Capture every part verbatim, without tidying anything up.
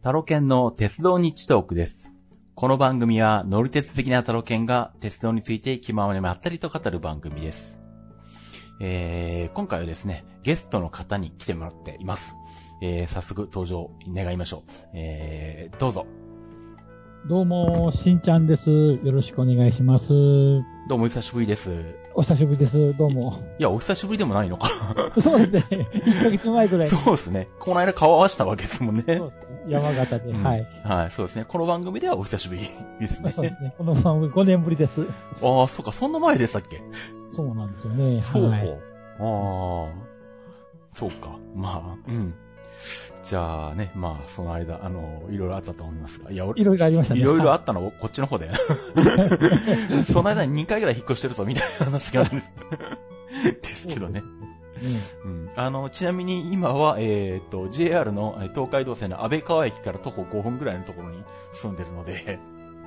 タロケンの鉄道日トークです。この番組は乗り鉄的なタロケンが鉄道について気ままにまったりと語る番組です。えー、今回はですね、ゲストの方に来てもらっています。えー、早速登場願いましょう。えー、どうぞ。 どうも、しんちゃんです。よろしくお願いします。 どうもお久しぶりです。 お久しぶりです。どうも。 いや、お久しぶりでもないのかな。 そうですね。いっかげつまえぐらい。 そうですね。この間顔合わせたわけですもんね。 そう山形で、うん、はい。 はい、そうですね。この番組ではお久しぶりですね。 そうですね。この番組ごねんぶりです。 ああ、そうか、そんな前でしたっけ？ そうなんですよね。 そうか。 はい、 ああ、そうか。まあ、うん。じゃあね、まあ、その間、あの、いろいろあったと思いますが。いや、 いろいろありましたね。 いろいろあったの、はい、こっちの方で。その間ににかいぐらい引っ越してるぞ、みたいな話があるんですけどね。うん、あの、ちなみに今は、えっと、ジェイアール の東海道線の安倍川駅から徒歩ごふんぐらいのところに住んでるので。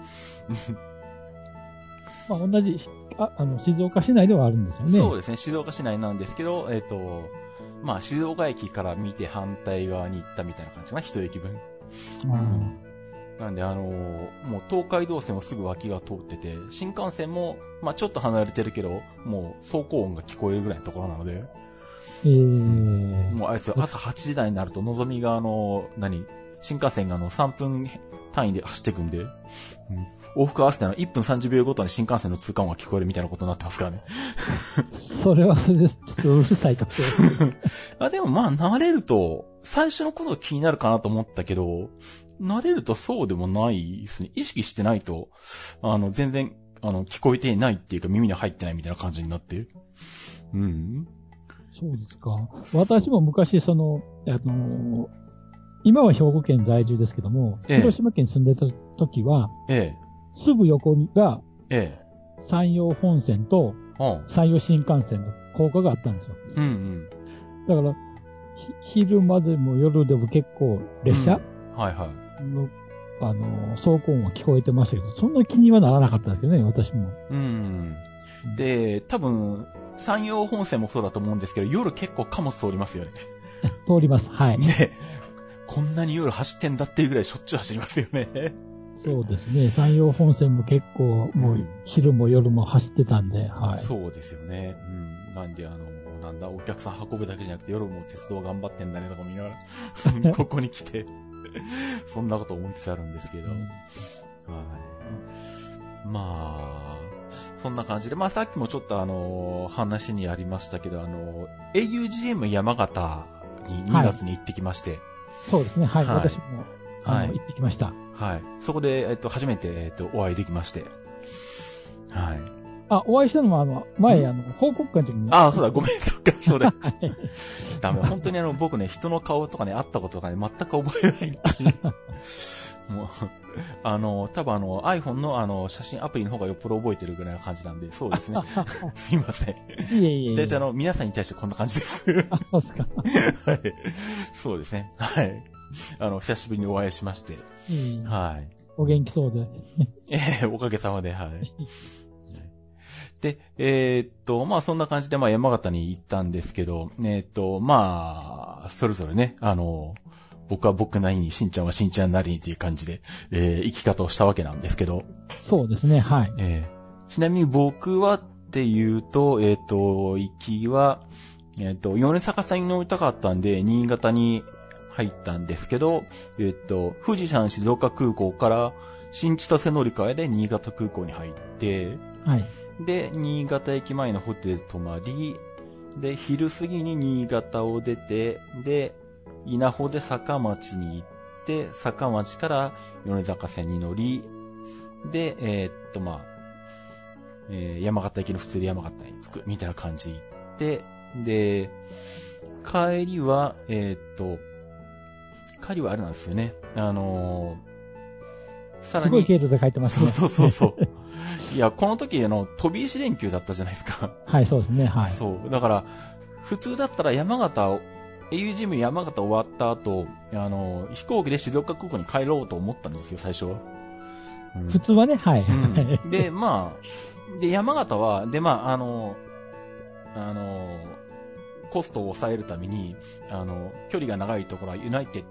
まあ、同じ、あ、あの、静岡市内ではあるんですよね。 そうですね、静岡市内なんですけど、えっと、まあ、静岡駅から見て反対側に行ったみたいな感じかな、一駅分。うん。なんで、あのー、もう東海道線もすぐ脇が通ってて、新幹線も、まあ、ちょっと離れてるけど、もう走行音が聞こえるぐらいのところなので。 えー、 もうあれですよ、朝はちじ台になると、のぞみがあの、何新幹線があの、さんぷん単位で走っていくんで、うん、往復合わせてのいっぷんさんじゅうびょうごとに新幹線の通過音が聞こえるみたいなことになってますからね。 それはそれです。ちょっとうるさいかもしれない。 あ、でもまあ、慣れると、最初のこと気になるかなと思ったけど、慣れるとそうでもないですね。意識してないと、あの、全然、あの、聞こえていないっていうか耳に入ってないみたいな感じになって。うん。 そうですか。私も昔、その、あの、今は兵庫県在住ですけども、ええ、広島県に住んでた時は、ええ、すぐ横が、ええ、山陽本線と山陽新幹線の高架があったんですよ。うんうん、だから、昼間でも夜でも結構列車、うん、はいはい。の、あの、走行音は聞こえてましたけど、そんな気にはならなかったですけどね、私も。 うん。で、多分、山陽本線もそうだと思うんですけど、夜結構貨物通りますよね。 通ります。はい。 ね。こんなに夜走ってんだっていうぐらいしょっちゅう走りますよね。 そうですね。山陽本線も結構、もう昼も夜も走ってたんで、はい。 そうですよね。うん。なんで、あの、なんだ、お客さん運ぶだけじゃなくて夜も鉄道頑張ってんだねとか見ながら、ここに来て、そんなこと思いつつあるんですけど。うん、はい。まあ、そんな感じで、まあさっきもちょっとあの、話にありましたけど、あの、エーユージーエム 山形ににがつに行ってきまして、はい、 そうですね。はい。はい、私も、はい、行ってきました。 はい。そこで、えっと、初めて、えっと、お会いできまして。はい。 あ、お会いしたのは、あの、前、あの、報告会の時に。 ああ、そうだ、ごめん、そっか、そうだ。ダメ、本当にあの、僕ね、人の顔とかね、会ったこととかね、全く覚えないっていう。もう、あの、多分あの、iPhone のあの、写真アプリの方がよっぽど覚えてるぐらいな感じなんで、そうですね。すいません。 いえいえいえ。 だいたいあの、皆さんに対してこんな感じです。 あ、そうですか。 はい。そうですね。はい。あの、久しぶりにお会いしまして。 うん、 はい。 お元気そうで。 ええー、おかげさまで、はい。で、えー、っと、まあそんな感じで、まあ山形に行ったんですけど、えー、っと、まあ、それぞれね、あの、僕は僕なりに、しんちゃんはしんちゃんなりにっていう感じで、えー、生き方をしたわけなんですけど。 そうですね、はい。 えー、ちなみに僕はっていうと、えー、っと、行きは、えー、っと、米坂線に乗りたかったんで、新潟に入ったんですけど、えー、っと、富士山静岡空港から新千歳乗り換えで新潟空港に入って、はい。で、新潟駅前のホテル泊まり、で、昼過ぎに新潟を出て、で、稲穂で坂町に行って、坂町から米坂線に乗り、で、えー、っと、まあ、えー、山形駅の普通で山形に着く、みたいな感じで行って、で、帰りは、えー、っと、帰りはあれなんですよね。あのー、さらに。すごい経路で書いてますね。 そうそうそうそう。いや、この時、あの、飛び石連休だったじゃないですか。 はい、そうですね、はい。 そう。だから、普通だったら山形を、エーユージーエム 山形終わった後、あの、飛行機で静岡空港に帰ろうと思ったんですよ、最初は。 うん、普通はね、はい。 うん、で、まあ、で、山形は、で、まあ、あの、あの、コストを抑えるために、あの、距離が長いところはユナイテッドのあの、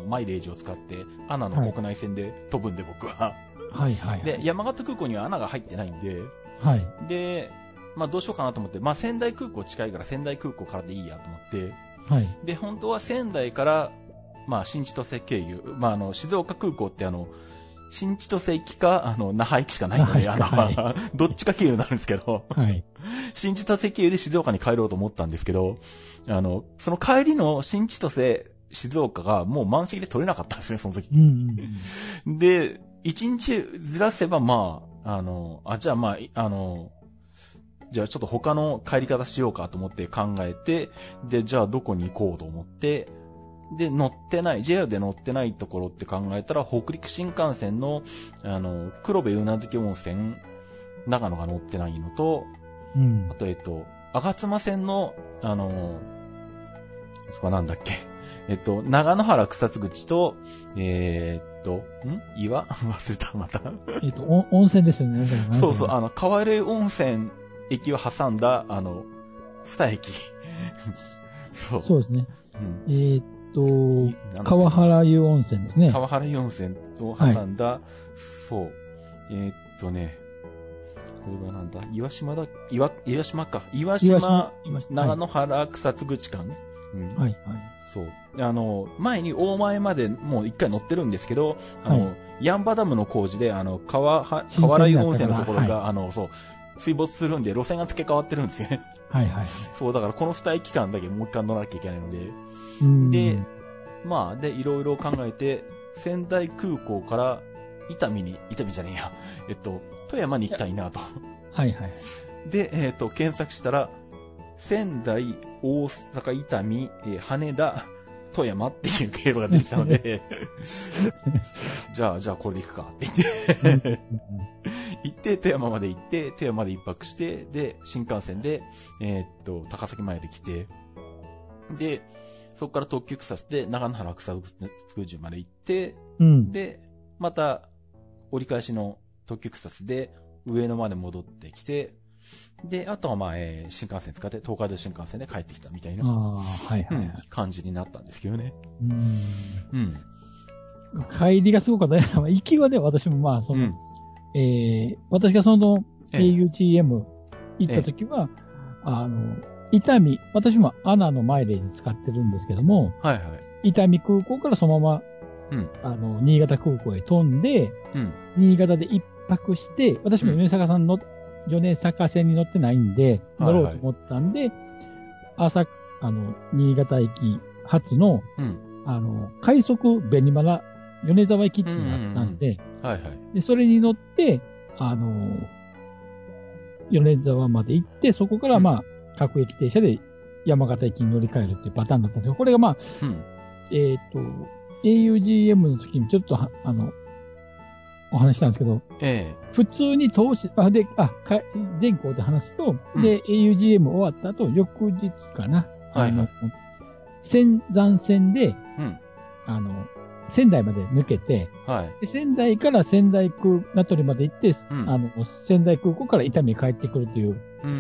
マイレージを使って、アナの国内線で飛ぶんで、僕は。 はいはい。 で、山形空港にはアナが入ってないんで、 はい。 で、まあどうしようかなと思って、まあ仙台空港近いから仙台空港からでいいやと思って、 はい。 で、本当は仙台から、まあ新千歳経由、まああの、静岡空港ってあの、新千歳行きか、あの、那覇行きしかないので、あの、はい、どっちか経由になるんですけど、はい。新千歳経由で静岡に帰ろうと思ったんですけど、あの、その帰りの新千歳、静岡がもう満席で取れなかったんですね、その時。うんうんうん、で、一日ずらせば、まあ、あの、あ、じゃあまあ、あの、じゃあちょっと他の帰り方しようかと思って考えて、で、じゃあどこに行こうと思って、で、乗ってない、ジェイアール で乗ってないところって考えたら、北陸新幹線の、あの、黒部宇奈月温泉、長野が乗ってないのと、うん、あと、えっと、吾妻線の、あの、そこはなんだっけ、えっと、長野原草津口と、えー、っと、ん岩忘れた、また。 えっと、温泉ですよね。 そうそう、あの、川根温泉駅を挟んだ、あの、二駅。そう。 そうですね。うん、えーと、川原湯温泉ですね。 川原湯温泉と挟んだ、はい、そう。えー、っとね、これはなんだ、岩島だ、岩、岩島か。岩島、長野原草津口間ね。うん、はい、はい。そう。あの、前に大前までもう一回乗ってるんですけど、あの、はい、ヤンバダムの工事で、あの、川、川原湯温泉のところが、はい、あの、そう、水没するんで路線が付け替わってるんですよね。はいはい。そう、だからこの二駅間だけもう一回乗らなきゃいけないので。で、まあ、で、いろいろ考えて、仙台空港から伊丹に、伊丹じゃねえや、えっと、富山に行きたいなと。はいはい。で、えっと、検索したら、仙台、大阪、伊丹、えー、羽田、富山っていう経路が出てきたので、じゃあ、じゃあこれで行くかって言って、行って、富山まで行って、富山で一泊して、で、新幹線で、えー、っと、高崎まで来て、で、そこから特急草津で長野原草津口まで行って、うん、で、また、折り返しの特急草津で上野まで戻ってきて、で、あとはまあ、えー、新幹線使って東海道新幹線で帰ってきたみたいな、あ、はいはいはい、うん、感じになったんですけどね。うん。 うん。帰りがすごかったね。行きはね、私もまあ、その、うん、えー、私がその エーユージーエム 行った時は、あの、伊丹、私もアナのマイレージ使ってるんですけども、はいはい。伊丹空港からそのまま、うん、あの、新潟空港へ飛んで、うん、新潟で一泊して、私も米坂さんの、うん、米坂線に乗ってないんで、乗ろうと思ったんで、はいはい、朝、あの、新潟駅発の、うん、あの、快速紅花、米沢駅っていうのがあったんで、はいはい。で、それに乗って、あの、米沢まで行って、そこからまあ、うん、各駅停車で山形駅に乗り換えるっていうパターンだったんですけど、これがまあ、うん、えっと、エーユージーエム の時にちょっとは、あの、お話したんですけど、ええ、普通に投資、あ、で、あ、か全校で話すと、うん、で、エーユージーエム 終わった後、翌日かな、はいはい、あの、仙山線で、うん、あの、仙台まで抜けて、はい、で仙台から仙台空、名取まで行って、うん、あの、仙台空港から伊丹に帰ってくるという、うんうん、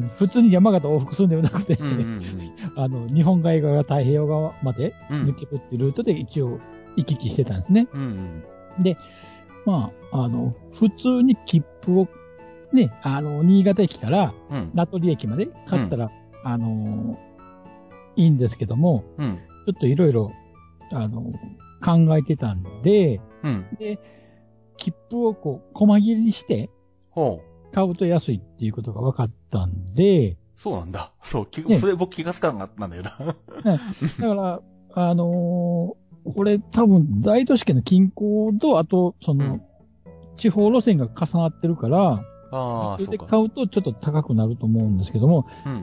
普通に山形往復するんではなくて、うんうんうん、あの、日本海側が太平洋側まで抜けるっていうルートで一応行き来してたんですね。うんうん、で、まあ、あの、普通に切符をね、あの、新潟駅から名取駅まで買ったら、うん、あの、いいんですけども、うん、ちょっといろいろ、あの、考えてたんで、うん、で、切符をこう、細切れにして、ほう。買うと安いっていうことが分かったんで。 そうなんだ。そう、ね、それ僕気がつかなかったんだよな。 ね、だから、あのー、これ多分大都市圏の近郊と、あと、その、うん、地方路線が重なってるから、ああ、それで買うとちょっと高くなると思うんですけども、うん、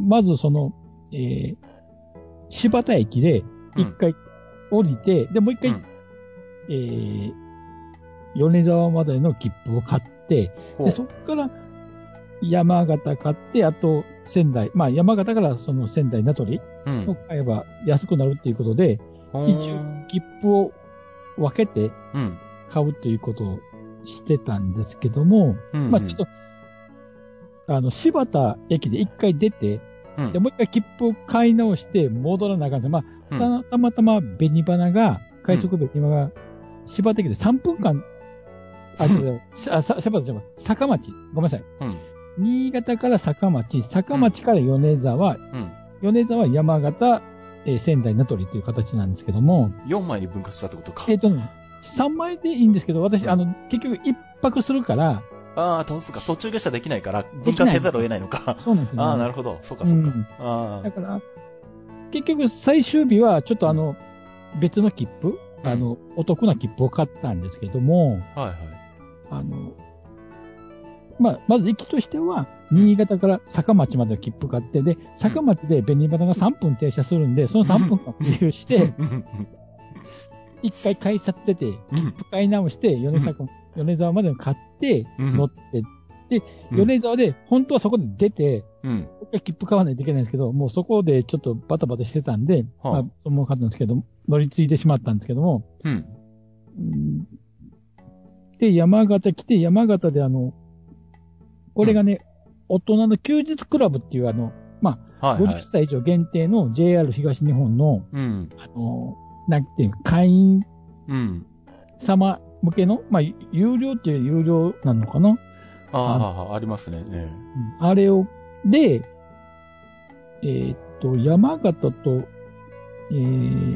まずその、えー、柴田駅で一回降りて、うん、で、もう一回、うん、えー、米沢までの切符を買って、で、そこから山形買って、あと仙台、まあ山形からその仙台名取を買えば安くなるっていうことで、うん、一応切符を分けて買うということをしてたんですけども、うんうん、まあちょっと、あの、柴田駅で一回出て、うん、で、もう一回切符を買い直して戻らなあかんですよ。まあ、た、たまたま紅花が、 快速便今が柴田駅でさんぷんかん、あ、違う、あ、さ、柴田じゃない、坂町、ごめんなさい。うん。新潟から坂町、坂町から米沢、うん、米沢、山形、えー、仙台、名取という形なんですけども。 よんまいに分割したってことか。 えっ、ー、とね、さんまいでいいんですけど、私、うん、あの、結局一泊するから、 ああ、どうすか、途中下車できないから、分割せざるを得ないのか。 そうなんですね。 ああ、なるほど。そうか、そうか。うん、 あだから、結局最終日は、ちょっとあの、うん、別の切符、うん、あの、お得な切符を買ったんですけども、 はいはい。 あの、まあ、まず行きとしては、新潟から坂町までの切符買って、で、坂町で紅花がさんぷん停車するんで、そのさんぷん間経由して、一回改札出て、切符買い直して、米沢、米沢までの買って、乗って、で、米沢で、本当はそこで出て、もう一回切符買わないといけないんですけど、もうそこでちょっとバタバタしてたんで、まあ、そのまま買ったんですけど、乗り継いでしまったんですけども、で、山形来て、山形であの、これがね、うん、大人の休日クラブっていうあの、まあ、はいはい、ごじゅっさい以上限定の ジェイアール 東日本の、うん、あの、なんていう会員様向けの、まあ、有料っていう有料なのかな。 ああ、ありますね、ね。 あれを、で、えー、っと、山形と、えー、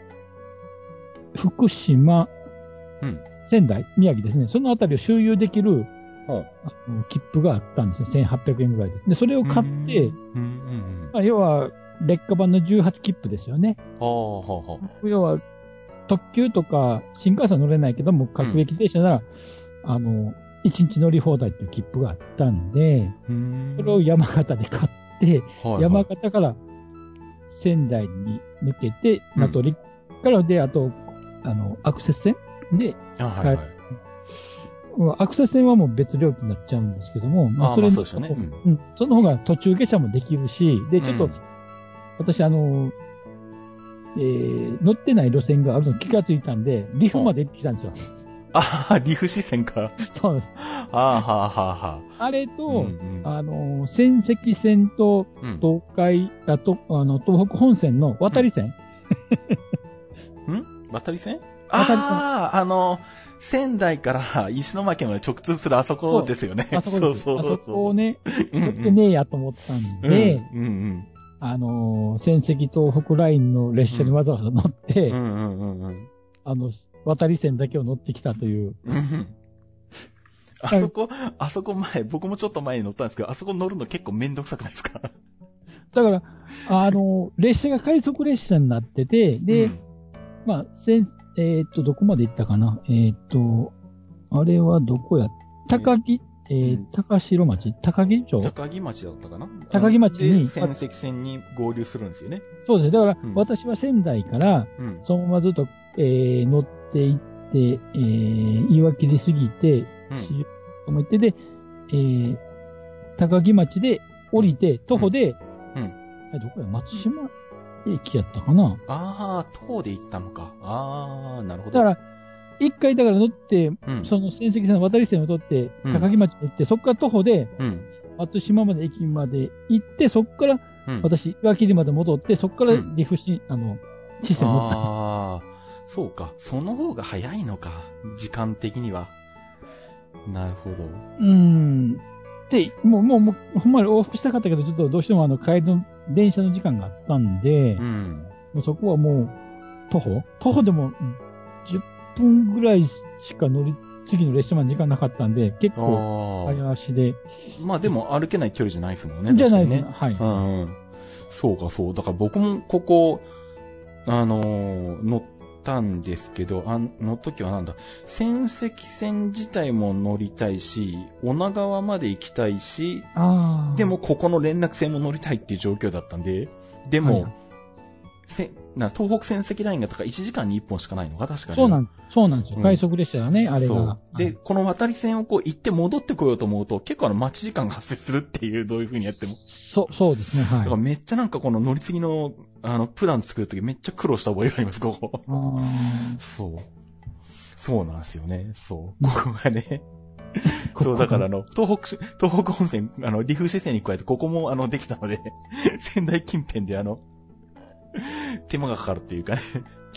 福島、うん、仙台、宮城ですね。そのあたりを周遊できる、あの切符があったんですよ。せんはっぴゃくえんぐらいで。で、それを買って、うんうんうんまあ、要は、劣化版のじゅうはち切符ですよね。 はあはあ、要は、特急とか新幹線乗れないけども、各駅停車なら、うん、あの、いちにち乗り放題っていう切符があったんで、んそれを山形で買って、はいはい、山形から仙台に抜けて、名取からで、あと、あの、アクセス線で帰る。はいはいアクセス線はもう別料金になっちゃうんですけども、 まあ、それ、まあ、そうですよね、 うん。その方が途中下車もできるし、で、ちょっと、うん、私あの、えー、乗ってない路線があるの気がついたんで、リフまで行ってきたんですよ。 ああ、リフ支線か。 そうです。 ああ、はあ、はあ、はあ。あれと、うんうん、あの、仙石線と東海、うん、あと、あの、東北本線の渡り線。 うん、ん渡り線ああ、あの、仙台から石巻まで直通するあそこですよね。 あそこです。そうそうそう。あそこをね、乗ってねえやと思ったんで、 うんうんうん、 あの、仙石東北ラインの列車にわざわざ乗って、 うんうんうんうん、 あの、渡り線だけを乗ってきたという。 あそこ、あそこ前、僕もちょっと前に乗ったんですけど、あそこ乗るの結構めんどくさくないですか？ だから、あの、列車が快速列車になってて、で、うん、まあ、先えー、っと、どこまで行ったかなえー、っと、あれはどこや高木、えー、うん、高城町高木町高木町だったかな高木町に。 仙石線に合流するんですよね。 そうですね。だから、うん、私は仙台から、うん、そのままずっと、えー、乗って行って、えー、岩切りすぎて、うん、行ってで、えー、高木町で降りて、徒歩で、うん。うん、どこや松島駅やったかなああ、徒で行ったのか。ああ、なるほど。 だから、一回だから乗って、うん、その仙石線の渡り線を取って、高木町に行って、うん、そこから徒歩で、うん、松島まで駅まで行って、そこから、私、岩切まで戻って、そこからリフシ、うん、あの、支線乗ったんです。 ああ、そうか。その方が早いのか。時間的には。なるほど。 うーん。で、もう、もう、もう、ほんまに往復したかったけど、ちょっとどうしてもあの、帰りの電車の時間があったんで、うん、もうそこはもう、徒歩徒歩でもじゅっぷんぐらいしか乗り、次の列車まで時間なかったんで、結構、早足で。 まあでも歩けない距離じゃないですもんね。 じゃないですね。はい。 うんうん。そうか、そう。だから僕もここ、あのー、乗ったんですけど、あの時はなんだ、仙石線自体も乗りたいし、女川まで行きたいし、でもここの連絡線も乗りたいっていう状況だったんで、でも、はい、せな東北仙石ラインがとかいちじかんにいっぽんしかないのか確かに。 そうなん、そうなんですよ。快速列車はね、うん、あれが。そう。 で、はい、この渡り線をこう行って戻ってこようと思うと、結構あの待ち時間が発生するっていう、どういう風にやっても。 そう、そうですね、はい。 だからめっちゃなんかこの乗り継ぎの、あの、プラン作るときめっちゃ苦労した覚えがあります、ここ。そう。そうなんですよね。そう。ここがね。そう、だからあの、東北、東北本線、あの、リフ支線に加えて、ここもあの、できたので、仙台近辺であの、手間がかかるっていうかね。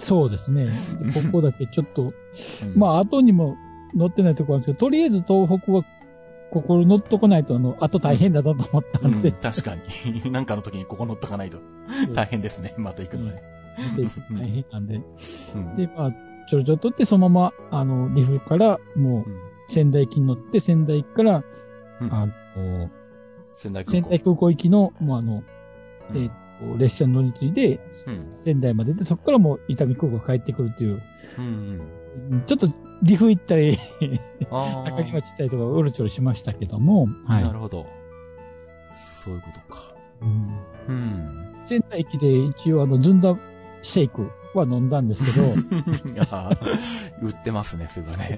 そうですね。ここだけちょっと、うん、まあ、後にも乗ってないところなんですけど、とりあえず東北は、ここ乗っとかないと、あの、後大変だなと思ったんで。 うん、確かに。なんかの時にここ乗っとかないと。大変ですね。また行くのね。 大変なんで。うん、で、まあ、ちょろちょろとってそのまま、あの、岐阜からもう、仙台駅に乗って、仙台駅から、うん、あの、仙台空港。仙台空港行きの、もうあの、うん、えっ、ー、と、列車に乗り継いで、うん、仙台までで、そこからもう伊丹空港帰ってくるっていう、うんうん、ちょっと岐阜行ったり、高木町行ったりとかうろちょろしましたけども、 はい。なるほど。そういうことか。うん。 うん、仙台駅で一応あの、ずんだシェイクは飲んだんですけど、 あ売ってますね、それはね。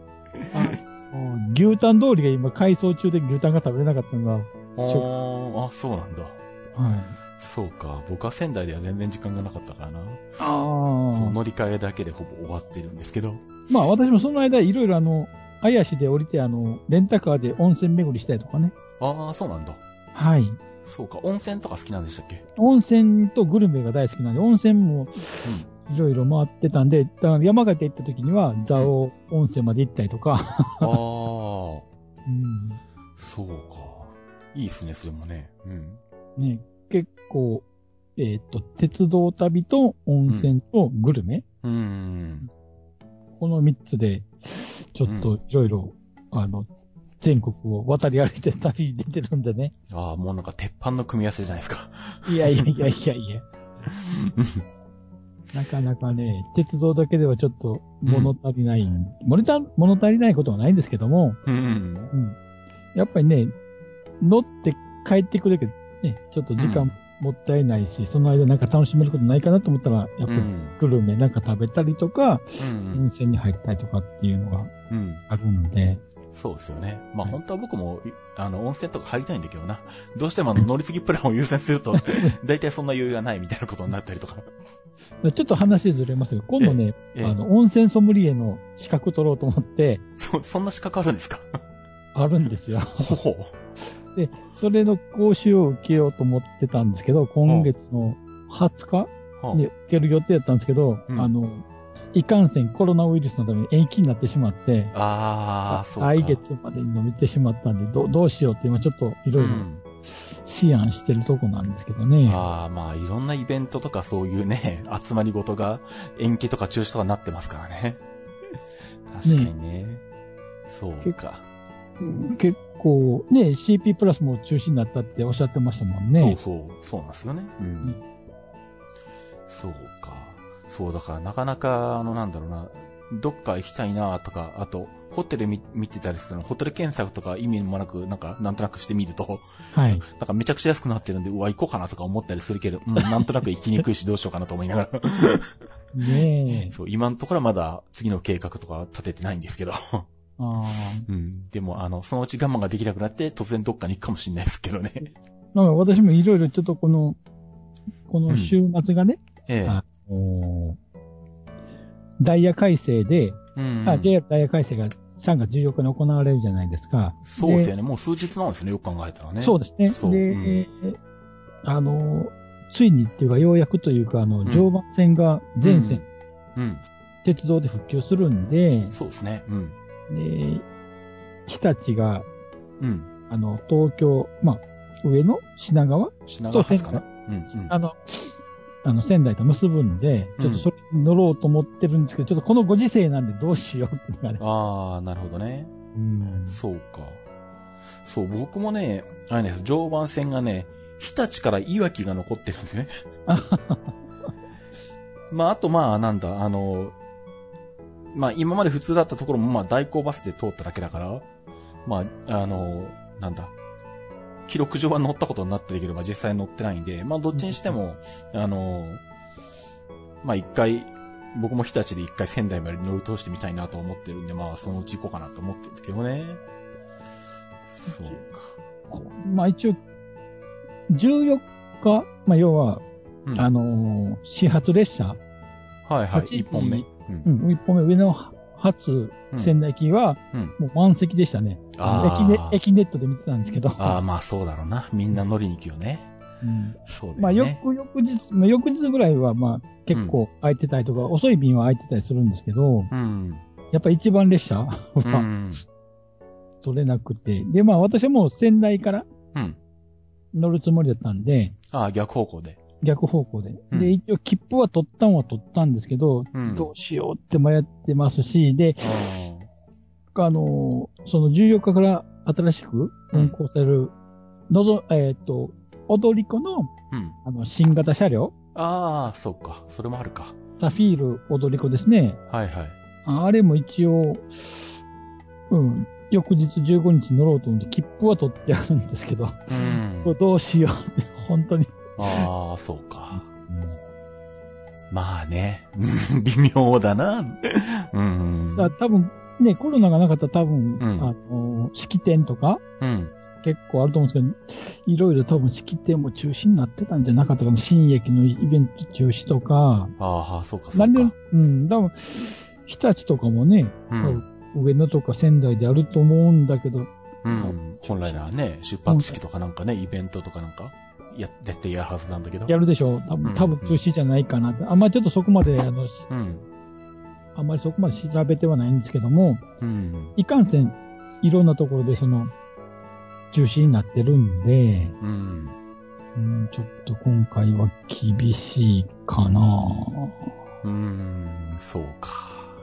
牛タン通りが今改装中で牛タンが食べれなかったのが、 ああ、そうなんだ。はい。そうか。僕は仙台では全然時間がなかったからな。ああ。そう乗り換えだけでほぼ終わってるんですけど。 まあ私もその間いろいろあの、綾市で降りてあの、レンタカーで温泉巡りしたりとかね。 ああ、そうなんだ。 はい。 そうか。温泉とか好きなんでしたっけ？ 温泉とグルメが大好きなんで、温泉もいろいろ回ってたんで、だから山形行った時には蔵王温泉まで行ったりとか。ああ。うん。 そうか。いいっすね、それもね。うん。 ね、結構、えっと、鉄道旅と温泉とグルメ、うん、うんこの三つで、ちょっといろいろ、あの、全国を渡り歩いて旅に出てるんでね。 ああ、もうなんか鉄板の組み合わせじゃないですか。 いやいやいやいやいや。なかなかね、鉄道だけではちょっと物足りない、うん、物足りないことはないんですけども、うんうんうん、やっぱりね、乗って帰ってくるだけでね、ちょっと時間もったいないし、うん、その間なんか楽しめることないかなと思ったら、やっぱりグルメなんか食べたりとか、うん、温泉に入ったりとかっていうのがあるんで。 うん、そうですよね。まあ本当は僕も、あの、温泉とか入りたいんだけどな。どうしても乗り継ぎプランを優先すると、だいたいそんな余裕がないみたいなことになったりとか。 ちょっと話ずれますけど、今度ね、あの、温泉ソムリエの資格取ろうと思って。 そ、そんな資格あるんですか？ あるんですよ。ほう。で、それの講習を受けようと思ってたんですけど、今月のはつかに受ける予定だったんですけど、うん、あの、いかんせんコロナウイルスのために延期になってしまって、ああ、そうか。来月までに伸びてしまったんで、どどうしようって今ちょっといろいろ思案してるとこなんですけどね。 ああ、まあいろんなイベントとかそういうね、集まりごとが延期とか中止とかになってますからね。確かにね。ねそうか。 結構ね、シーピー プラスも中止になったっておっしゃってましたもんね。 そうそう、そうなんですよね。うん。ね、そうか。そう、だからなかなか、あのなんだろうな、どっか行きたいなとか、あと、ホテル見、見てたりするの、ホテル検索とか意味もなく、なんか、なんとなくしてみると、はい。なんかめちゃくちゃ安くなってるんで、うわ、行こうかなとか思ったりするけど、うん、なんとなく行きにくいしどうしようかなと思いながら。ねえ。そう、今のところはまだ次の計画とか立ててないんですけど。あうん。でも、あの、そのうち我慢ができなくなって、突然どっかに行くかもしれないですけどね。 なんか私もいろいろちょっとこの、この週末がね、うん、ええ。あのダイヤ改正で、うんうん、あ、ジェイアール ダイヤ改正がさんがつじゅうよっかに行われるじゃないですか。 そうですよね。もう数日なんですね。よく考えたらね。 そうですね。で、うん、あの、ついにっていうか、ようやくというか、あの、常磐線が全線、うんうん、鉄道で復旧するんで、 そうですね。うん。 で、日立が、うん。あの、東京、まあ、上の品川品川ですかね。うん、うん。 あの、あの、仙台と結ぶんで、ちょっとそれに乗ろうと思ってるんですけど、うん、ちょっとこのご時世なんでどうしようっていうのがね。 ああ、なるほどね。うん。そうか。そう、僕もね、あれね、常磐線がね、日立からいわきが残ってるんですね。まあ、あとまあ、なんだ、あの、まあ、今まで普通だったところも、まあ、代行バスで通っただけだから、まあ、あの、なんだ、記録上は乗ったことになってるけど、まあ、実際乗ってないんで、まあ、どっちにしても、あの、まあ、一回、僕も日立で一回仙台まで乗り通してみたいなと思ってるんで、まあ、そのうち行こうかなと思ってるんですけどね。そうか。 まあ、一応、じゅうよっか、まあ、要は、うん、あの、始発列車。 はいはい、一本目。 うん、一本目、上の初仙台駅は、もう満席でしたね。うん、駅ネ、駅ネットで見てたんですけど。 ああ、まあそうだろうな。みんな乗りに行くよね。 うん。 そうだよね。 まあ、翌、翌日、まあ、翌日ぐらいは、まあ、結構空いてたりとか、うん、遅い便は空いてたりするんですけど、うん、やっぱり一番列車は、うん、取れなくて。で、まあ、私はもう仙台から乗るつもりだったんで、 うん、ああ、逆方向で。 逆方向で。うん、で、一応切符は取ったんは取ったんですけど、うん、どうしようって迷ってますし、で、あの、そのじゅうよっかから新しく運行される、のぞ、えっと、踊り子の、うん、あの、新型車両。 ああ、そうか。それもあるか。 ザフィール踊り子ですね。 はいはい。 あれも一応、うん、翌日じゅうごにち乗ろうと思って、切符は取ってあるんですけど、うん、どうしようって、本当に。 ああ、そうか。うん、まあね、微妙だな。うん、 だ多分、ね、コロナがなかったら多分、うん、あの、式典とか、うん、結構あると思うんですけど、いろいろ多分式典も中止になってたんじゃなかったかな。新駅のイベント中止とか。 ああ、そうか、そうか。 うん、多分、日立とかもね、多分上野とか仙台であると思うんだけど。 うん、本来ならね、出発式とかなんかね、イベントとかなんか、や、絶対やるはずなんだけど。 やるでしょう。多分、多分中止じゃないかなって。あんまりちょっとそこまで、あの、うん、あんまりそこまで調べてはないんですけども、うん、いかんせん、いろんなところでその、中止になってるんで、うんうん、ちょっと今回は厳しいかな。 うーん、そうか。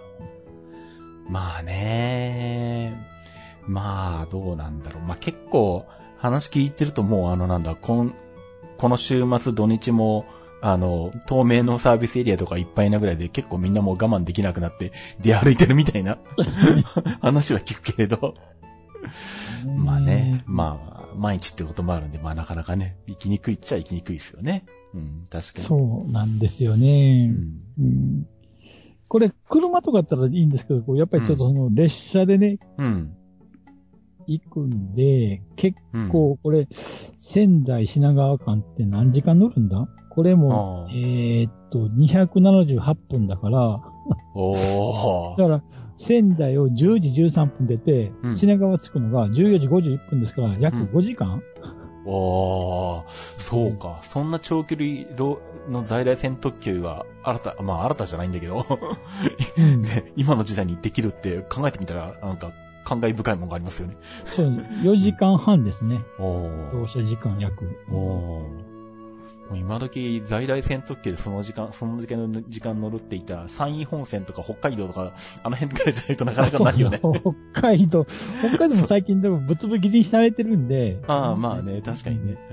まあね、まあどうなんだろう。まあ結構話聞いてるともうあのなんだ、この、この週末土日も、あの、透明のサービスエリアとかいっぱいなぐらいで結構みんなもう我慢できなくなって出歩いてるみたいな話は聞くけれど。まあね、まあ、毎日ってこともあるんで、まあなかなかね、行きにくいっちゃ行きにくいですよね。うん、確かに。 そうなんですよね。うんうん、これ、車とかだったらいいんですけど、やっぱりちょっとその列車でね、うん、行くんで、結構これ、仙台品川間って何時間乗るんだ？これも、えー、っと、にひゃくななじゅうはっぷんだから、おだから、仙台をじゅうじじゅうさんぷん出て、うん、品川着くのがじゅうよじごじゅういっぷんですから、約ごじかん、うん、 おー、そうか。そんな長距離の在来線特急が新た、まあ新たじゃないんだけど、うんね、今の時代にできるって考えてみたら、なんか、感慨深いものがありますよね。 そう、よじかんはんですね。お乗車時間約。おもう今時在来線特急でその時間、その時間の時間乗るって言ったら、山陰本線とか北海道とか、あの辺くらいじゃないとなかなかないよね。 北海道、北海道も最近でもぶつぶ切りにされてるんで。 ああ、まあね、確かにね。うん。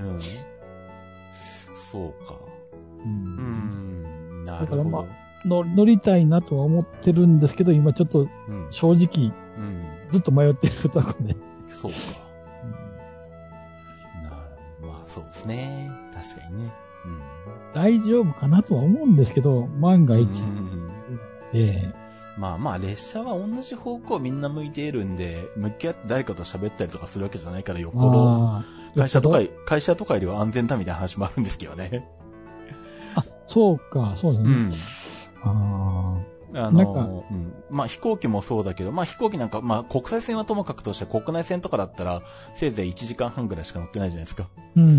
そうか。うん。うん、なるほど。だからまあ乗、乗りたいなとは思ってるんですけど、今ちょっと、正直、うん、ずっと迷ってるところで。 そうか。うん、なまあそうですね。確かにね。うん、 大丈夫かなとは思うんですけど、万が一。うんえー、まあまあ列車は同じ方向みんな向いているんで、向き合って誰かと喋ったりとかするわけじゃないからよっぽど、会社とか、会社とかよりは安全だみたいな話もあるんですけどね。 あ、そうか、そうですね。うん、ああの、うん、まあ飛行機もそうだけど、まあ飛行機なんか、まあ国際線はともかくとして国内線とかだったら、せいぜいいちじかんはんぐらいしか乗ってないじゃないですか。うんうんうん、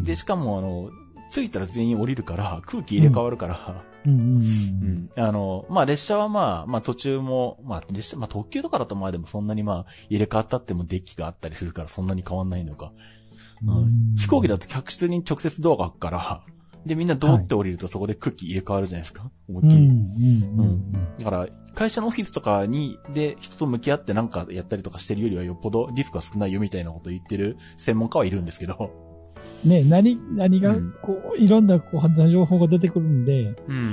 で、しかもあの、着いたら全員降りるから、空気入れ替わるから、うんうんうんうん、あの、まあ列車はまあ、まあ途中も、まあ列車、まあ特急とかだとまあでもそんなにまあ入れ替わったってもデッキがあったりするからそんなに変わんないのか。うんうん、飛行機だと客室に直接ドアが開くから、で、みんなドーって降りるとそこで空気入れ替わるじゃないですか。思いっきり。うんうんうん、だから、会社のオフィスとかに、で、人と向き合ってなんかやったりとかしてるよりはよっぽどリスクは少ないよみたいなことを言ってる専門家はいるんですけど。 ね、何、何が、こう、うん、いろんな、こう、情報が出てくるんで、うん。うん。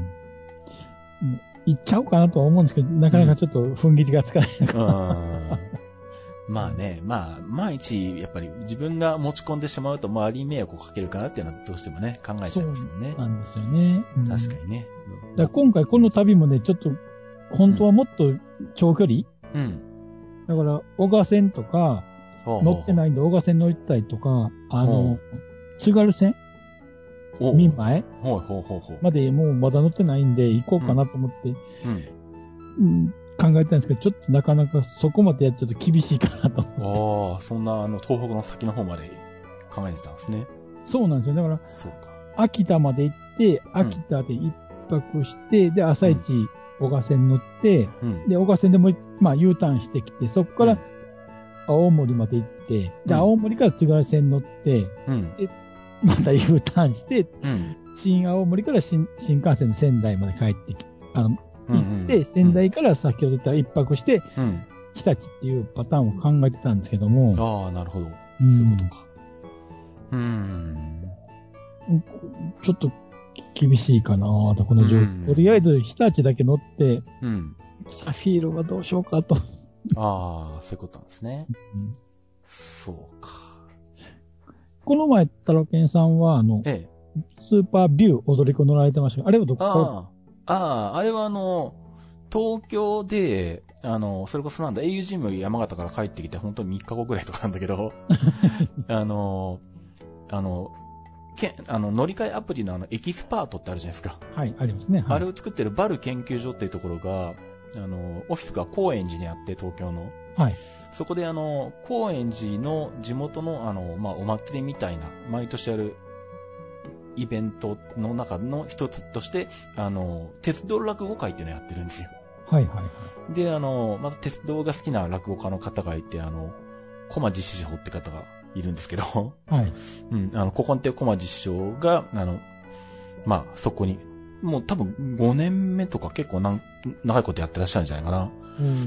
行っちゃおうかなとは思うんですけど、なかなかちょっと踏ん切りがつかないのかな。うんまあね、まあ、毎日、やっぱり自分が持ち込んでしまうと周りに迷惑をかけるかなっていうのはどうしてもね、考えちゃいますもんね。 そうなんですよね。 うん、確かにね。 うん、だから今回この旅もね、ちょっと、本当はもっと長距離、うん、だから、小川線とか、乗ってないんで、小川線乗りたいとか、あの、津軽線民前までもうまだ乗ってないんで、行こうかなと思って、うんうん考えたんですけど、ちょっとなかなかそこまでやっちゃうと厳しいかなと思って。 ああ、そんなあの東北の先の方まで考えてたんですね。 そうなんですよ。だから、 そうか。 秋田まで行って、秋田で一泊して、うん、で、朝一、小賀線乗って、うん、で、小賀線でもう、まあ、U ターンしてきて、そこから、青森まで行って、で、うん、青森から津軽線乗って、うん、で、また U ターンして、うん、新青森から新新幹線で仙台まで帰ってき、あの、行って、うんうん、仙台から先ほど言った一泊して、うん、日立っていうパターンを考えてたんですけども。 ああ、なるほど。そういうことか。うーん。 ちょっと厳しいかなと、この状況。とりあえず日立だけ乗って、うん、サフィールはどうしようかと。 ああ、そういうことなんですね。うん、そうか。 この前、タロケンさんは、あの、ええ、スーパービュー踊り子乗られてましたが、あれはどこああ、ああ、あれはあの、東京で、あの、それこそなんだ、エーユー ジム山形から帰ってきて、本当にみっかごぐらいとかなんだけど、あの、あの、けあの、乗り換えアプリのあの、エキスパートってあるじゃないですか。 はい、ありますね。はい、 あれを作ってるバル研究所っていうところが、あの、オフィスが高円寺にあって、東京の。はい。そこであの、高円寺の地元のあの、まあ、お祭りみたいな、毎年やるイベントの中の一つとして、あの、鉄道落語会っていうのをやってるんですよ。 はいはいはい。 で、あの、また鉄道が好きな落語家の方がいて、あの、小間実師匠って方がいるんですけど、はい。うん、あの、古今亭小間実師匠が、あの、まあ、そこに、もう多分ごねんめとか結構なん長いことやってらっしゃるんじゃないかな。うん。うん。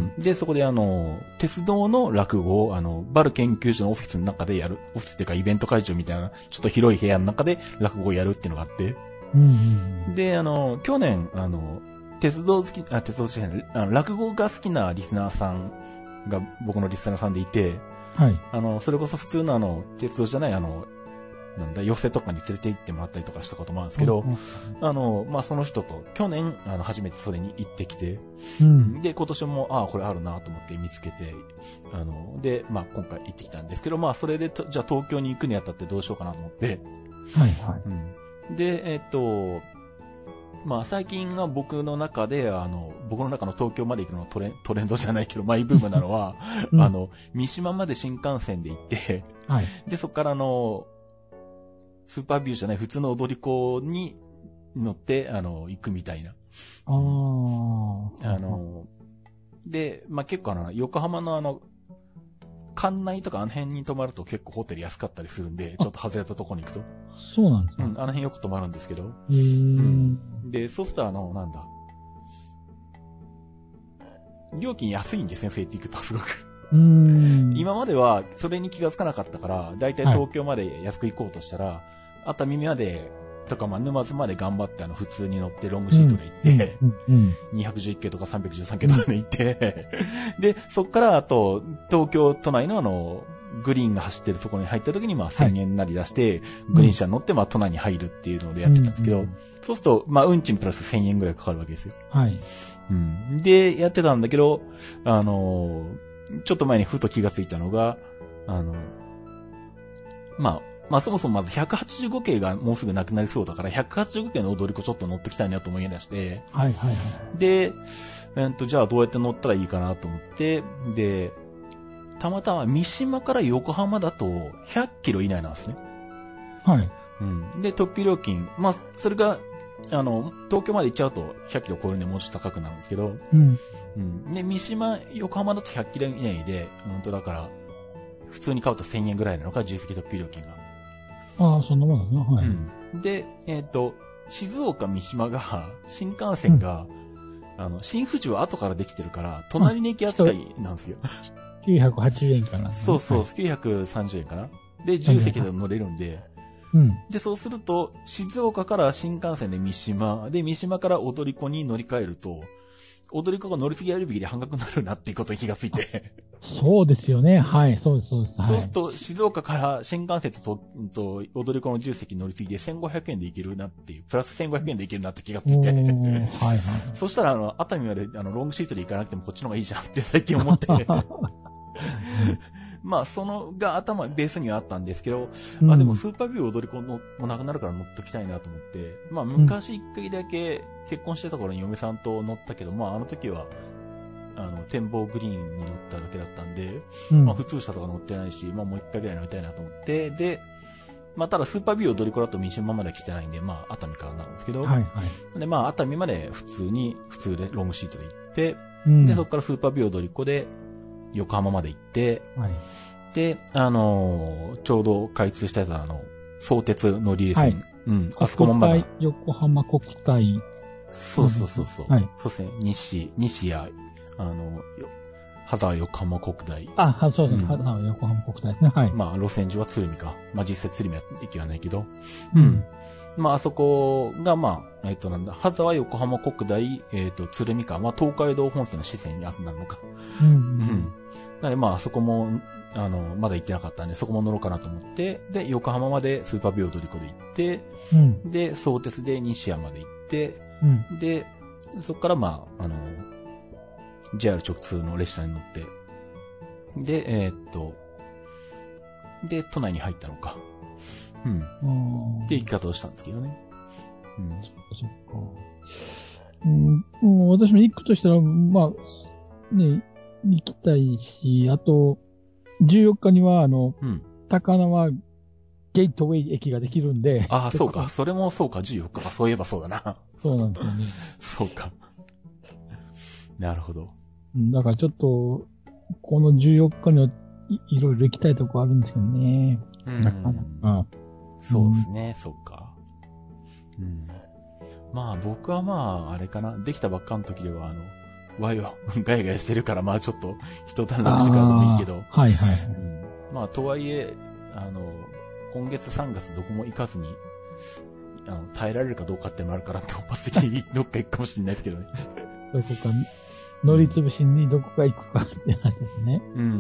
で、そこであの、鉄道の落語を、あの、バル研究所のオフィスの中でやる、オフィスっていうかイベント会場みたいな、ちょっと広い部屋の中で落語をやるっていうのがあって。うん。で、あの、去年、あの、鉄道好き、あ、鉄道好きじゃない、あの、落語が好きなリスナーさんが僕のリスナーさんでいて、はい。あの、それこそ普通のあの、鉄道じゃないあの、なんだ、寄席とかに連れて行ってもらったりとかしたこともあるんですけど、うんうん、あの、まあ、その人と去年、あの、初めてそれに行ってきて、うん、で、今年も、ああ、これあるなと思って見つけて、あの、で、まあ、今回行ってきたんですけど、まあ、それでと、じゃあ東京に行くにあたってどうしようかなと思って、はいはい。うん、で、えっと、まあ、最近は僕の中で、あの、僕の中の東京まで行くのトレン、トレンドじゃないけど、マイブームなのは、うん、あの、三島まで新幹線で行って、はい。で、そこからあの、スーパービューじゃない普通の踊り子に乗って、あの、行くみたいな。ああ。あの、で、まあ、結構あの、横浜のあの、関内とかあの辺に泊まると結構ホテル安かったりするんで、ちょっと外れたとこに行くと。 そうなんですか、 うん、あの辺よく泊まるんですけど。へー。うん。で、そうするとあの、なんだ。料金安いんですね、そうやって行くとすごく。うーん今まではそれに気がつかなかったから、だいたい東京まで安く行こうとしたら、はい、熱海まで、とかまあ沼津まで頑張ってあの普通に乗ってロングシートで行って、うんうんうん、にひゃくじゅういち系とかさんびゃくじゅうさん系とかで行って、で、そっからあと東京都内のあの、グリーンが走ってるところに入った時にまあせんえんなり出して、はい、グリーン車に乗ってまあ都内に入るっていうのでやってたんですけど、うんうん、そうするとまあ運賃プラスせんえんぐらいかかるわけですよ。はい。うん。で、やってたんだけど、あのー、ちょっと前にふと気がついたのが、あの、まあ、まあそもそもまずひゃくはちじゅうご系がもうすぐなくなりそうだから、ひゃくはちじゅうご系の踊り子ちょっと乗ってきたいなと思い出して、はいはいはい。で、えっと、じゃあどうやって乗ったらいいかなと思って、で、たまたま三島から横浜だとひゃっキロ以内なんですね。はい。うん。で、特急料金、まあ、それが、あの、東京まで行っちゃうとひゃっキロ超えるんでもうちょっと高くなるんですけど、うん。うん。で、三島、横浜だとひゃっキロ以内で、本当だから、普通に買うとせんえんぐらいなのか、自由席特急料金が。 ああ、そんなもんですね。はい。 うん。で、えっと、静岡三島が、新幹線が、うん、あの、新富士は後からできてるから、隣の駅扱いなんですよ。 きゅうひゃくはちじゅうえんかな。 そうそう、はい、きゅうひゃくさんじゅうえんかな。で、自由席で乗れるんで、うん。で、そうすると、静岡から新幹線で三島、で、三島から踊り子に乗り換えると、踊り子が乗り継ぎ割引で半額になるなっていうことに気がついて。 そうですよね。はい、そうです、そうです。 そうすると、静岡から新幹線と、と、踊り子の自由席乗り継ぎでせんごひゃくえんでいけるなっていう、プラスせんごひゃくえんでいけるなって気がついて。はいはい。そしたら、あの、熱海まで、あの、ロングシートで行かなくてもこっちの方がいいじゃんって最近思って。まあ、そのが頭、ベースにはあったんですけど、うん、あ、でもスーパービュー踊り子のもなくなるから乗っときたいなと思って、まあ、昔一回だけ結婚してた頃に嫁さんと乗ったけど、まあ、あの時は、 あの、展望グリーンに乗っただけだったんで、 うん、 まあ普通車とか乗ってないし、まあもう一回ぐらい乗りたいなと思って、で、まあただスーパービュードリコだと三島まで来てないんで、まあ熱海からなんですけど、 はいはい、 で、まあ熱海まで普通に、普通でロングシートで行って、 うん、 で、そこからスーパービュードリコで横浜まで行って、 はい、 で、あのー、ちょうど開通したやつはあの、相鉄乗り入れ線、はい、うん、あそこもまだ。 横浜国体。 そうそうそうそう。はい。そうですね。西、西や、あの、羽沢横浜国大。 あ、そうそう、うん、羽沢横浜国大ですね。はい。 まあ、路線上は鶴見か。まあ、実際鶴見は駅はないけど。うん。まあ、あそこが、まあ、えっと、なんだ、羽沢横浜国大、えっと、鶴見か。まあ、東海道本線の支線になるのか。うん。うん。なので、まあ、あそこも、あの、まだ行ってなかったんで、そこも乗ろうかなと思って、で、横浜までスーパービュードリコで行って、うん。で、相鉄で西山まで行って、うん。で、そこから、まあ、あの、ジェイアール 直通の列車に乗って、で、えー、っと、で、都内に入ったのか。うん。っていう生き方をしたんですけどね。 うん。そっかそっか。うん、もう私も行くとしたら、まあ、ね、行きたいし、あと、じゅうよっかには、あの、うん、高輪ゲートウェイ駅ができるんで。 ああ、そうか。それもそうか。じゅうよっかか。そういえばそうだな。 そうなんですよね。 そうか。なるほど。 だからちょっと、このじゅうよっかにはい、いろいろ行きたいとこあるんですけどね。うん。なかなか。 そうですね、うん、そうか。うん。まあ僕はまあ、あれかな。できたばっかの時では、あの、ワイワガヤガヤしてるから、まあちょっと、一段落時間でもいいけど。 はいはい、 うん。まあとはいえ、あの、今月さんがつどこも行かずに、あの、耐えられるかどうかってのもあるから、突発的にどっか行くかもしれないですけどね。 どこか、乗りつぶしにどこか行くかって話ですね。 うん。うん、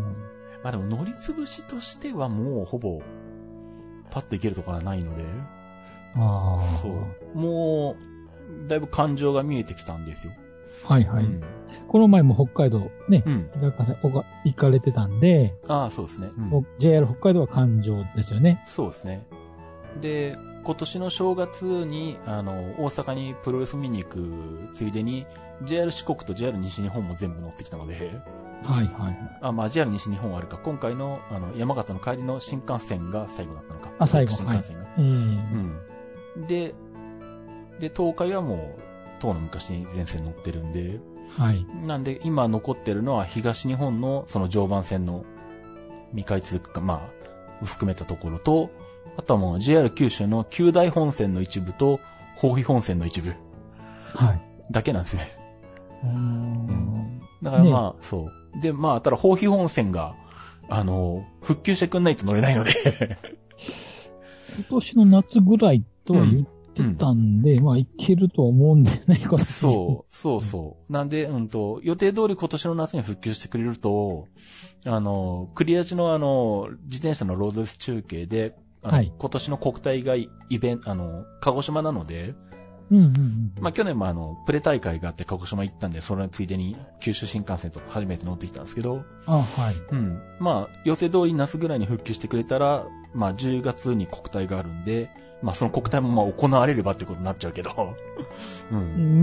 まあでも乗りつぶしとしてはもうほぼ、パッと行けるところはないので。 ああ。 そう。もう、だいぶ感情が見えてきたんですよ。 はいはい。うん、この前も北海道ね、うん、行かれてたんで。 ああ、そうですね。 うん、ジェイアール 北海道は環状ですよね。 そうですね。で、今年の正月に、あの、大阪にプロレス見に行くついでに、ジェイアール 四国と ジェイアール 西日本も全部乗ってきたので。 はいはい。 あ、まあ ジェイアール 西日本はあるか。今回の、あの、山形の帰りの新幹線が最後だったのか。 あ、最後。 新幹線が。はい、うん。で、で、東海はもう、当の昔に全線乗ってるんで。 はい。 なんで、今残ってるのは東日本のその常磐線の未開通か、まあ、含めたところと、あとはもう ジェイアール 九州の九大本線の一部と、豊肥本線の一部。 はい。 だけなんですね。 うーん。 だからまあ、ね、そう。で、まあ、ただ豊肥本線が、あの、復旧してくんないと乗れないので。 今年の夏ぐらいとは言ってたんで、うんうん、まあ、いけると思うんでね、これ。 そう、そうそう。なんで、うんと、予定通り今年の夏に復旧してくれると、あの、クリア時のあの、自転車のロードレス中継で、はい、今年の国体がイベント、あの、鹿児島なので、 うんうんうん、 まあ去年もあの、プレ大会があって鹿児島行ったんで、それついでに九州新幹線と初めて乗ってきたんですけど、 あ、はい。 うん。まあ、予定通り夏ぐらいに復旧してくれたら、まあじゅうがつに国体があるんで、まあその国体もまあ行われればってことになっちゃうけど、うん。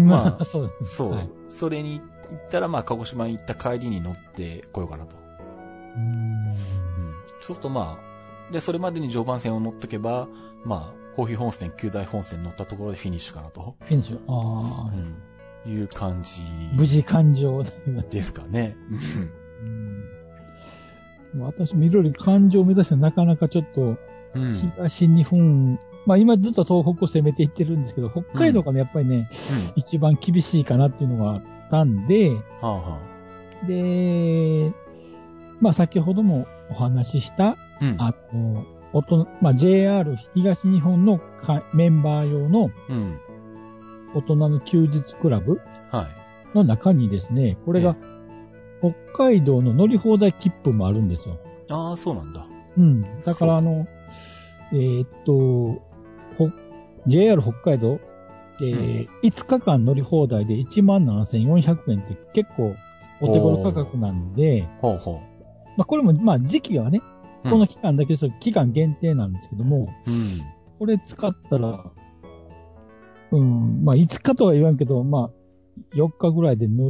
まあ、そうですね。 そう。はい、それに行ったらまあ鹿児島に行った帰りに乗ってこようかなと。 うん。うん。 そうするとまあ、で、それまでに常磐線を乗っとけば、まあ、豊肥本線、九大本線乗ったところでフィニッシュかなと。 フィニッシュああ。 うん。いう感じ。 無事完状ですかね。 うん。私もいろいろ環状を目指してなかなかちょっと、東日本、うん、まあ今ずっと東北を攻めていってるんですけど、北海道がね、やっぱりね、うん、一番厳しいかなっていうのがあったんで、 はあはあ、で、まあ先ほどもお話しした、うん、あの、大人、まあ ジェイアール 東日本のメンバー用の、大人の休日クラブの中にですね、これが、北海道の乗り放題切符もあるんですよ。 ああ、そうなんだ。 うん。だからあの、えー、っと、ジェイアール 北海道、えーうん、いつかかん乗り放題で いちまんななせんよんひゃくえんって結構お手頃価格なんで、 ほうほう。 まあこれもまあ時期はね、この期間だけです期間限定なんですけども、 うん、 これ使ったら、うん、まあいつかとは言わんけど、まあよっかぐらいで乗り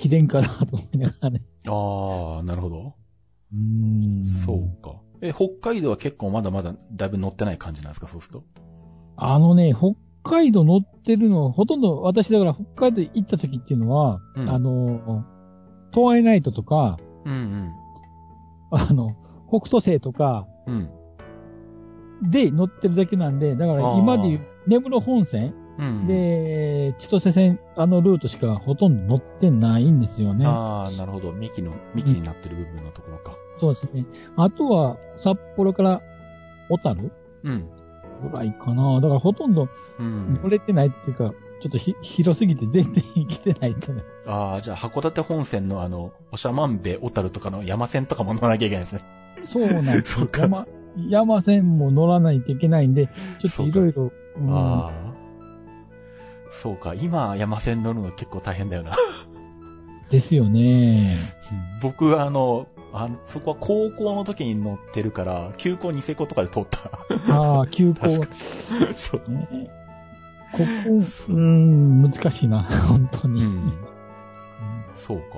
切れんかなと思いながらね。 ああ、なるほど。 うーん。 そうか。え、北海道は結構まだまだだいぶ乗ってない感じなんですか、そうすると。 あのね、北海道乗ってるの、ほとんど私だから北海道行った時っていうのは、うん、あの、トワイナイトとか、 うんうん、 あの、北斗星とか、うん、で乗ってるだけなんで、だから今でいう根室本線、うん、で、千歳線、あのルートしかほとんど乗ってないんですよね。 ああ、なるほど。幹の、幹になってる部分のところか。 うん、そうですね。あとは、札幌から小樽うん。 ぐらいかな。だからほとんど乗れてないっていうか、うん、ちょっとひ広すぎて全然行けてないとね。 ああ、じゃあ函館本線のあの、長万部、小樽とかの山線とかも乗らなきゃいけないですね。 そうなんですよ。山、山線も乗らないといけないんで、ちょっといろいろ。 ああ。そうか。今山線乗るの結構大変だよな。 ですよね。 僕はあの、あの、そこは高校の時に乗ってるから、急行ニセコとかで通った。 ああ、急行。 そう。 ね、ここ、うーん、難しいな、本当に。うん、 そうか。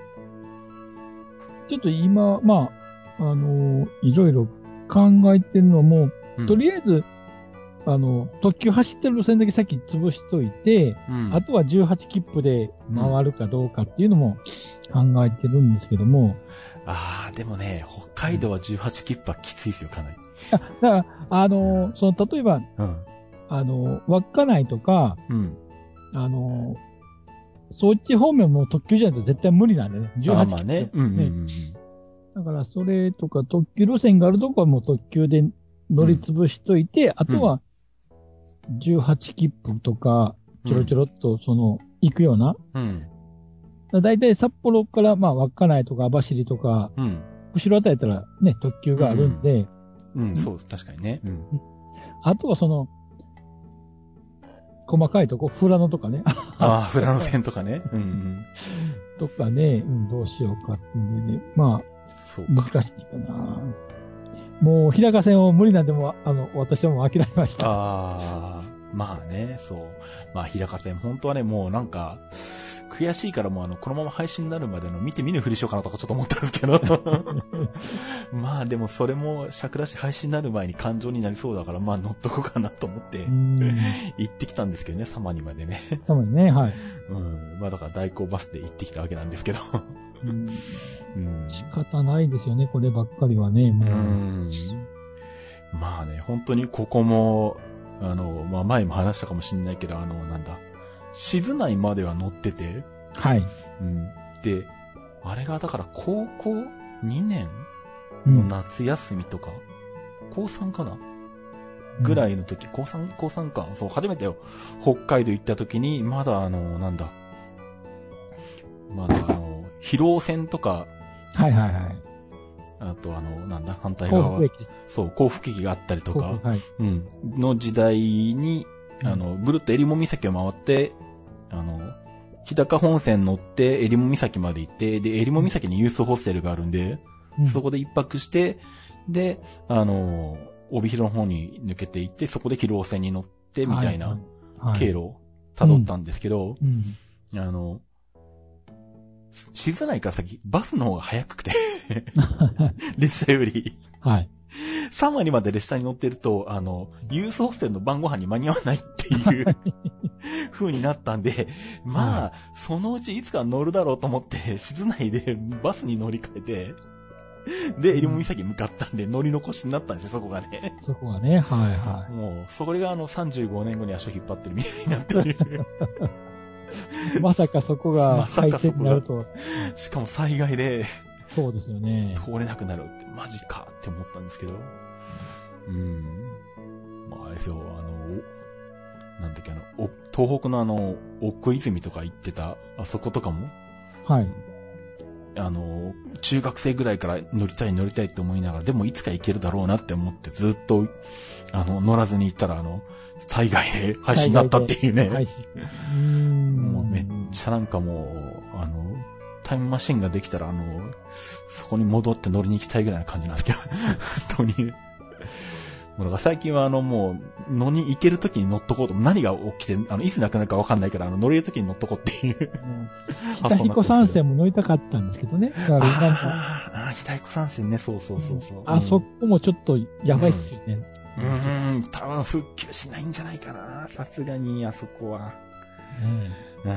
ちょっと今、まあ、あの、いろいろ考えてるのも、うん、とりあえず、あの、特急走ってる路線だけ先潰しといて、うん、あとはじゅうはち切符で回るかどうかっていうのも考えてるんですけども。うん、 ああ、でもね、北海道はじゅうはち切符はきついですよ、かなり。 あ、だから、あの、その、例えば、うん、あの、稚内とか、うん、あの、そっち方面も特急じゃないと絶対無理なんでね。じゅうはち切符、ね。あ、まあね。うんうんうん。だから、それとか特急路線があるとこはもう特急で乗り潰しといて、うん、あとは、じゅうはち切符とか、ちょろちょろっと、その、行くような。うん。だいたい札幌から、まあ、稚内とか網走とか、うん。後ろあたりやったらね、特急があるんで。 うん、うんうん、そうです。確かにね。うん。 あとはその、細かいとこ、富良野とかね。 ああ、富良野線とかね。うんうん。 とかね、うん、どうしようかっていうんでね。まあ、そう難しいかな。もう、日高線を無理なんでも、あの、私はもう諦めました。 ああ、まあね、そう。まあ、日高線、本当はね、もうなんか、悔しいからもうあの、このまま配信になるまでの見て見ぬふりしようかなとかちょっと思ったんですけど。まあでもそれも尺出し配信になる前に感情になりそうだから、まあ乗っとこうかなと思って、行ってきたんですけどね、サマニまでね。 サマニね、はい。 うん。まあだから代行バスで行ってきたわけなんですけど。 うん、うん、仕方ないですよね、こればっかりはね、もう。うん、 まあね、本当にここも、あの、まあ前も話したかもしれないけど、あの、なんだ、静内までは乗ってて。 はい。 うん。で、あれがだから高校にねんの夏休みとか、うん、高さんかなぐらいの時、高さん、高さんか。そう、初めてよ。北海道行った時に、まだあの、なんだ。まだあの、広尾線とか。 はいはいはい。 あとあの、なんだ、反対側。 甲府駅です。 そう、甲府駅があったりとか。 はい。 うん。の時代に、あの、ぐるっと襟裳岬を回って、あの、日高本線乗って襟裳岬まで行って、で、襟裳岬にユースホステルがあるんで、うん、そこで一泊して、で、あの、帯広の方に抜けて行って、そこで広尾線に乗って、みたいな経路を辿ったんですけど、うんうん、あの、静内から先、バスの方が早くて、列車より。 はい。 さん割まで列車に乗ってると、あの、ユースホステルの晩ご飯に間に合わないっていう風になったんで、まあ、はい、そのうちいつか乗るだろうと思って、静内でバスに乗り換えて、で、襟裳岬向かったんで乗り残しになったんですよ、そこがね。 そこがね、はいはい。 もう、それがあのさんじゅうごねんごに足を引っ張ってるみたいになってる。 まさかそこが廃線になると。 まさかそこがしかも災害で、 そうですよね。 通れなくなるって、マジかって思ったんですけど。うん。まあ、あれですよ、あの、なんだっけ、あの、東北のあの、奥泉とか行ってた、あそことかも。 はい。 あの、中学生ぐらいから乗りたい乗りたいって思いながら、でもいつか行けるだろうなって思ってずっと、あの、乗らずに行ったら、あの、災害で廃止になったっていうね。 廃止。うーん。 もうめっちゃなんかもう、あの、タイムマシンができたら、あの、そこに戻って乗りに行きたいぐらいな感じなんですけど、本当に。 うだから最近はあのもう、乗に行けるときに乗っとこうと、何が起きて、あの、いつ亡くなるかわかんないから、あの、乗れるときに乗っとこうっていう。うん。 北彦山線も乗りたかったんですけどね。だからああ、北彦山線ね、そうそうそうそう。うん、 あそこもちょっとやばいっすよね。 うん、うん、多分復旧しないんじゃないかな。さすがに、あそこは。うん。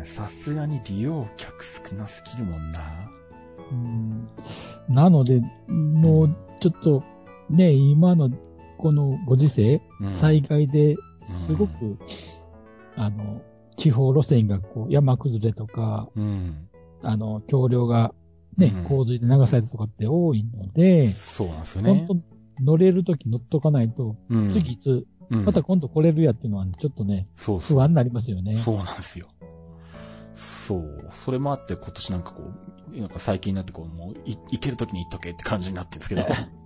さすがに利用客少なすぎるもんな。 うん。なので、もう、ちょっと、ね、今の、このご時世、うん、災害ですごく、うん、あの、地方路線がこう山崩れとか、うん、あの、橋梁がね、うん、洪水で流されたとかって多いので、 そうなんですよね。 本当乗れるとき乗っとかないと、うん、次いつ、また今度来れるやっていうのは、ちょっとね、そうそう不安になりますよね。 そうなんですよ。そう。それもあって今年なんかこう、なんか最近になってこう、もうい、行けるときに行っとけって感じになってるんですけど。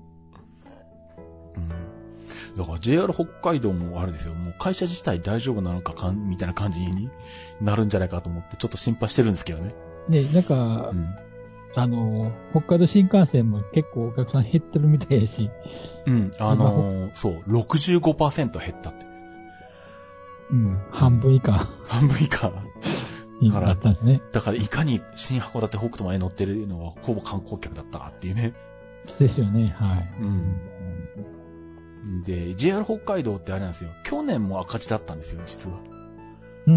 うん。だから ジェイアール 北海道もあれですよ。もう会社自体大丈夫なのかかん、みたいな感じになるんじゃないかと思って、ちょっと心配してるんですけどね。 ね、なんか、うん、あの、北海道新幹線も結構お客さん減ってるみたいやし。 うん、あのー、そう、ろくじゅうごパーセント 減ったって。 うん、半分以下。 半分以下。 だから、だったんですね。 だからいかに新函館北斗まで乗ってるのはほぼ観光客だったかっていうね。 ですよね、はい。 うん。で、ジェイアール 北海道ってあれなんですよ。去年も赤字だったんですよ、実は。 うん、うん、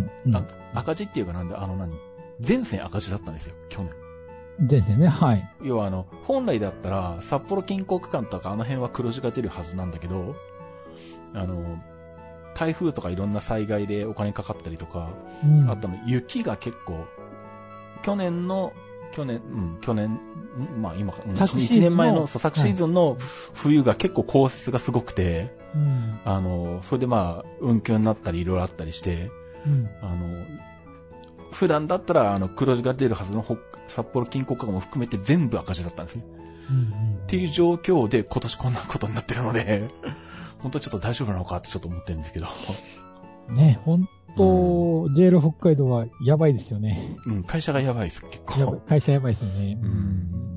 うん。 あ、赤字っていうかなんで、あの何全線赤字だったんですよ、去年。 全線ね、はい。 要はあの、本来だったら、札幌近郊区間とかあの辺は黒字が出るはずなんだけど、あの、台風とかいろんな災害でお金かかったりとか、うん、あとの雪が結構、去年の、去年、うん、去年、まあ今、いちねんまえの昨シーズンの冬が結構降雪がすごくて、うん、あの、それでまあ、運休になったりいろいろあったりして、うん、あの、普段だったらあの黒字が出るはずの札幌近郊区間も含めて全部赤字だったんですね。うんうん、っていう状況で今年こんなことになってるので、本当ちょっと大丈夫なのかってちょっと思ってるんですけど。 ね、本当、うん、ジェイアール 北海道はやばいですよね。 うん、会社がやばいです、結構。 やばい会社やばいですよね。 うん。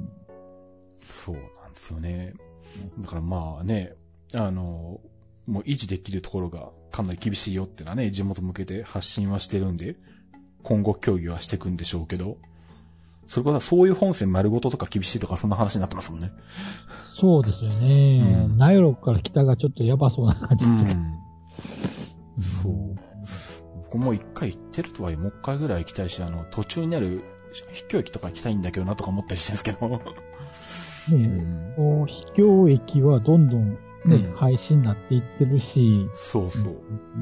そうなんですよね。だからまあね、あの、もう維持できるところがかなり厳しいよっていうのはね、地元向けて発信はしてるんで、今後協議はしていくんでしょうけど、それこそそういう本線丸ごととか厳しいとかそんな話になってますもんね。 そうですよね。うん、ナイロから北がちょっとやばそうな感じですけど、 うん、そう。僕も一回行ってるとはいえもう一回ぐらい行きたいし、あの、途中にある秘境駅とか行きたいんだけどなとか思ったりしてるんですけど。ねえ、うん、秘境駅はどんどんね、うん、廃止になっていってるし。 そうそう。うん、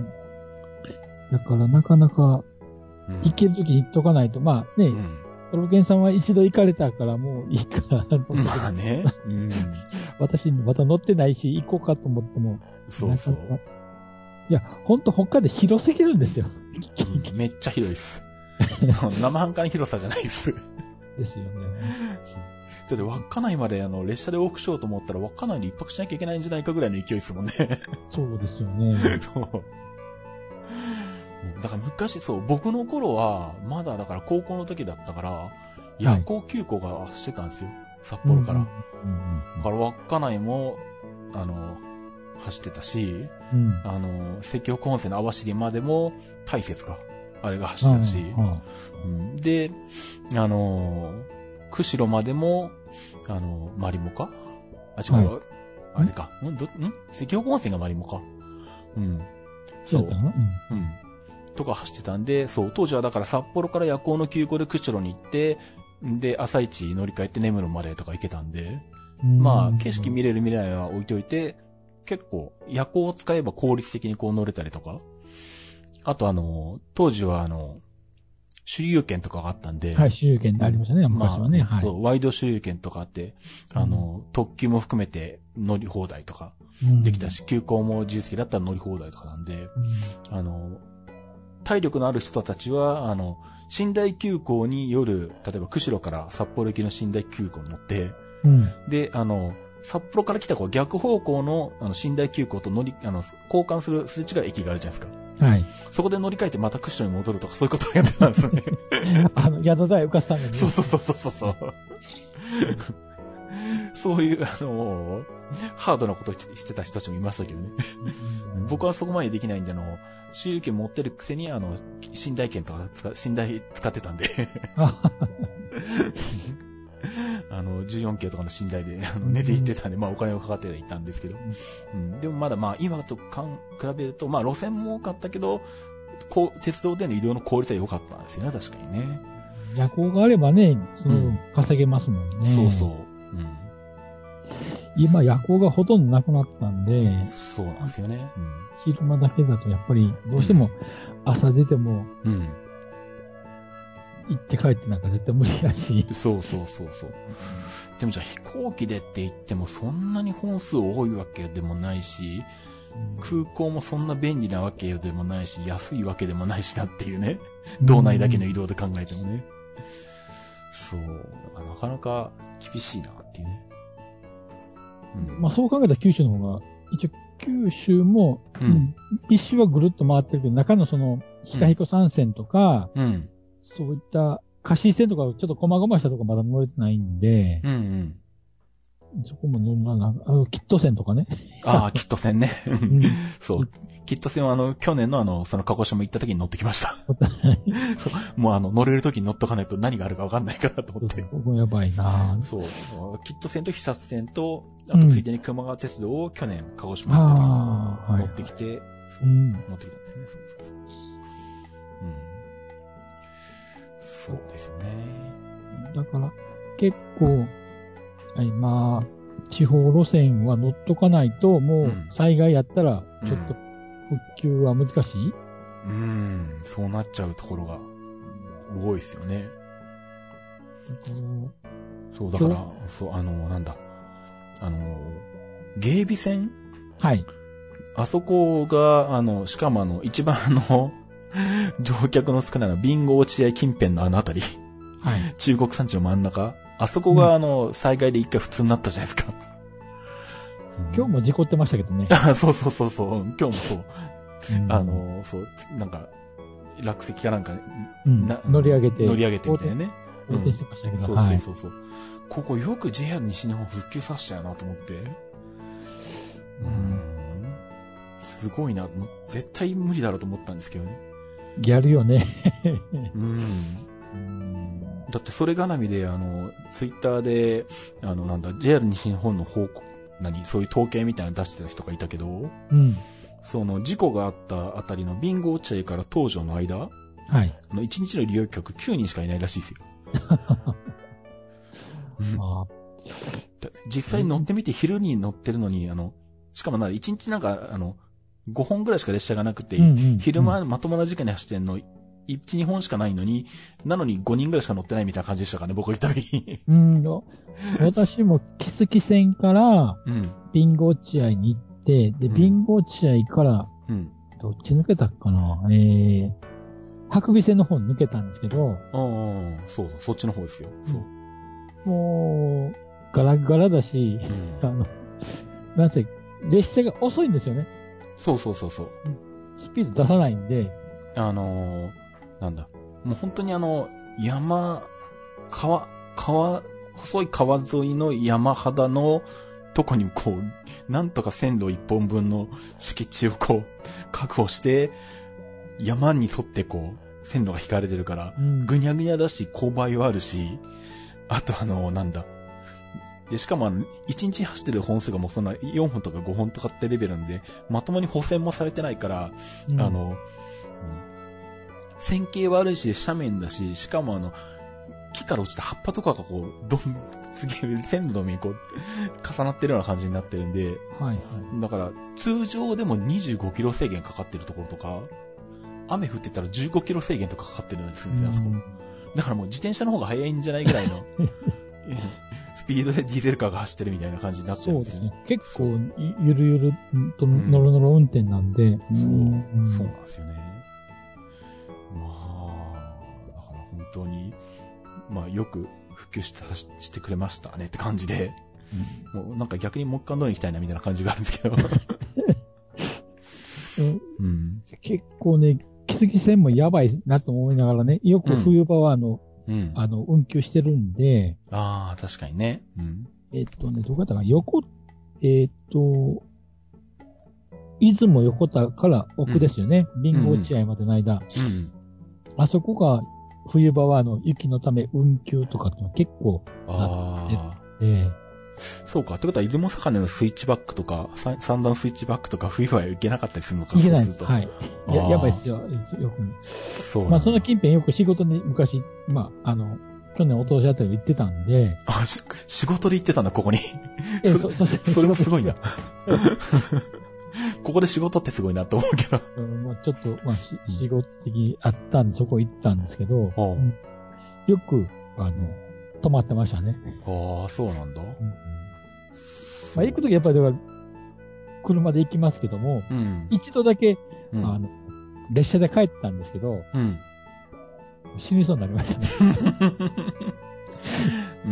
だからなかなか、行けるときに行っとかないと、まあね、トロケンさんは一度行かれたからもういいかなと思って。 まあね。うん、 私また乗ってないし、行こうかと思っても。 そうそう。 いや、ほんと北海道広すぎるんですよ。 うん、めっちゃ広いです。生半可に広さじゃないです。 ですよね。 だって稚内まであの列車で往復しようと思ったら稚内に一泊しなきゃいけないんじゃないかぐらいの勢いですもんね。 そうですよね。 だから昔、そう、僕の頃は、まだだから高校の時だったから、夜行急行がしてたんですよ。はい、札幌から。だから稚内も、あの、走ってたし、うん、あの、石北本線の網走までも、大雪か。あれが走ってたし、うん、で、あの、釧路までも、あの、マリモかあ、違う、はい、あれか。んど、ん石北本線がマリモか。うん。そう。うん。うんとか走ってたんで、そう、当時はだから札幌から夜行の急行で釧路に行って、で、朝一乗り換えて根室までとか行けたんで、まあ、景色見れる未来は置いといて、結構、夜行を使えば効率的にこう乗れたりとか、あとあの、当時はあの、周遊券とかがあったんで、 はい、周遊券ってありましたね、昔はね、 まあ、はい。ワイド周遊券とかあって、あの、特急も含めて乗り放題とか、できたし、急行も自由席だったら乗り放題とかなんで、あの、体力のある人たちは、あの、寝台急行に夜、例えば釧路から札幌行きの寝台急行に乗って、うん、で、あの、札幌から来た子は逆方向の、あの、寝台急行と乗り、あの、交換するすれ違い駅があるじゃないですか。はい。そこで乗り換えてまた釧路に戻るとかそういうことをやってたんですね。 あの、宿代浮かすために、ね。 そうそうそうそうそう。そういう、あの、 ハードなことしてた人たちもいましたけどね。僕はそこまでできないんで、あの、所有権持ってるくせに、あの、寝台券とか使、寝台使ってたんで。あの、じゅうよんけいとかの寝台であの寝ていってたんで、まあお金をかかってはいたんですけど。うん、でもまだまあ今とかん比べると、まあ路線も多かったけど、こう、鉄道での移動の効率は良かったんですよね、確かにね。 夜行があればね、その、うん、稼げますもんね。 そうそう。うん。 今夜行がほとんどなくなったんで。 そうなんですよね。うん、 昼間だけだとやっぱり、どうしても朝出ても、うん。行って帰ってなんか絶対無理だし。 そうそうそうそう。でもじゃあ飛行機でって言ってもそんなに本数多いわけでもないし、うん、空港もそんな便利なわけでもないし、安いわけでもないしなっていうね。道内だけの移動で考えてもね。そう。なかなか厳しいなっていうね。 うん、まあそう考えたら九州の方が、一応九州も、うんうん、一周はぐるっと回ってるけど、中のその、日田彦山線とか、うん、そういった貸し線とかちょっと細々したとこまだ乗れてないんで、うんうん、そこも乗るな、あの、キット線とかね。 ああ、キット線ね。うん、そう。キット線はあの、去年のあの、その鹿児島行った時に乗ってきました。そう。もうあの、乗れる時に乗っとかないと何があるか分かんないからと思って。 そうそう、ここやばいなそう。キット線と肥薩線と、あとついでに熊川鉄道を去年鹿児島行った時に乗ってきて、はい、そう、うん、乗ってきたんですね。そうそうそう。うん。そうですよね。 だから、結構、はい、まあ、地方路線は乗っとかないと、もう災害やったら、ちょっと復旧は難しい、 うん、うん、そうなっちゃうところが多いですよね。そう、だから、そう、あの、なんだ、あの、芸備線はい。 あそこが、あの、しかもあの、一番あの、乗客の少ないのは、ビンゴ落合近辺のあのあたり。はい。中国山地の真ん中。あそこがあの、うん、災害で一回普通になったじゃないですか。 今日も事故ってましたけどね。 そうそうそうそう。今日もそう。うん、あの、そう、なんか、落石かなんか、 うん、な乗り上げて。 乗り上げてみたいなね。 横転してましたけど、 うん、そうそうそうそう、はい。ここよく ジェイアール 西日本復旧させたよなと思って。うん。すごいな。絶対無理だろうと思ったんですけどね。 やるよね。 うん。だってそれ絡みで、あの、ツイッターで、あの、なんだ、ジェイアール 西日本の報告、何、そういう統計みたいなの出してた人がいたけど、うん。その、事故があったあたりのビンゴ落合から東条の間、はい。あの、いちにちの利用客きゅうにんしかいないらしいですよ。あ実際乗ってみて昼に乗ってるのに、あの、しかもな、いちにちなんか、あの、ごほんぐらいしか列車がなくて、うんうんうん、昼間まともな時間に走ってんの、いち、にほんしかないのに、なのにごにんぐらいしか乗ってないみたいな感じでしたからね、僕が行った時に。 うん。私も木月線から、ビンゴ落合に行って、で、ビンゴ落合から、うん、どっち抜けたかなえー、白尾線の方に抜けたんですけど。ああ、 そうそう、そっちの方ですよ。そう。 もう、ガラガラだし、うん、あの、なんせ、列車が遅いんですよね。 そうそうそうそう。 スピード出さないんで。 あのー、なんだ。もう本当にあの、山、川、川、細い川沿いの山肌のとこにこう、なんとか線路一本分の敷地をこう、確保して、山に沿ってこう、線路が引かれてるから、うん、ぐにゃぐにゃだし、勾配はあるし、あとあの、なんだ。で、しかもあの、いちにち走ってる本数がもうそんなよんほんとかごほんとかってレベルなんで、まともに補線もされてないから、うん、あの、うん、線形は悪いし、斜面だし、しかもあの、木から落ちた葉っぱとかがこう、どん、すげえ、線路の上にこう、重なってるような感じになってるんで、はいはい。だから、通常でもにじゅうごキロ制限かかってるところとか、雨降ってたらじゅうごキロ制限とかかかってるんですよね、あそこ。だからもう自転車の方が速いんじゃないぐらいの、スピードでディーゼルカーが走ってるみたいな感じになってるんですね。 そうですね。結構、ゆるゆると、ノロノロ運転なんで、うん、 そう、そうなんですよね。まあ、だから本当に、まあよく普及して、してくれましたねって感じで、うん、もうなんか逆にもう一回乗りに行きたいなみたいな感じがあるんですけど。 うん、結構ね、木次線もやばいなと思いながらね、よく冬場はあの、うん、あの、運休してるんで。 ああ、確かにね。 うん、えっとね、どこだったかな、横えっ、ー、と、出雲横田から奥ですよね。備後落合までの間。うんうん、あそこが、冬場はあの、雪のため運休とかっての結構あってて、 そうか。ってことは、出雲坂根のスイッチバックとか、三段スイッチバックとか、冬は行けなかったりするのか。 行けないです。はい。や、やばいっすよ。よく。そう。まあ、その近辺よく仕事に昔、まあ、あの、去年お通しあたり行ってたんで。 あ、仕事で行ってたんだ、ここに。えそそそそれもすごいな。ここで仕事ってすごいなと思うけど。 うん、まあ、ちょっと、まあ、し仕事的にあったんで、そこ行ったんですけど、うん、よく、あの、泊まってましたね。 ああ、そうなんだ。うん、まあ、行くときやっぱり、だから、車で行きますけども、うん、一度だけ、うん、あの、列車で帰ったんですけど、うん、死にそうになりましたね。 うん、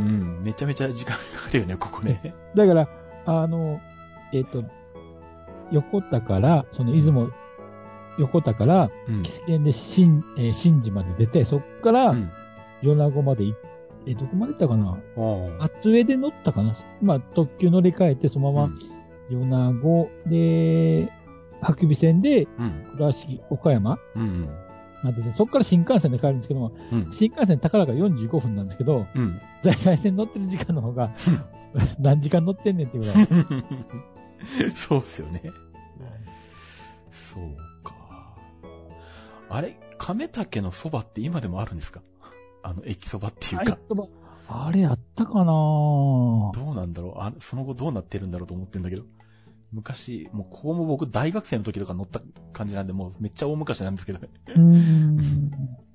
めちゃめちゃ時間かかるよね、ここね。 だから、あの、えっ、ー、と、横田から、その出雲、横田から、木瀬連で新、えー、新寺まで出て、そっから、米子まで行って、えー、どこまで行ったかな、厚上で乗ったかな、まあ、特急乗り換えて、そのまま、米子で、白尾線で、倉敷、岡山、うんなんでね、そこから新幹線で帰るんですけども、うん、新幹線高らかよんじゅうごふんなんですけど、うん、在来線乗ってる時間の方が、何時間乗ってんねんっていうぐらい。 そうですよね。そうか。あれ、亀岳のそばって今でもあるんですか？あの、駅そばっていうか。 あれあったかなどうなんだろうあその後どうなってるんだろうと思ってんだけど。昔、もうここも僕大学生の時とか乗った感じなんで、もうめっちゃ大昔なんですけどね。うーん。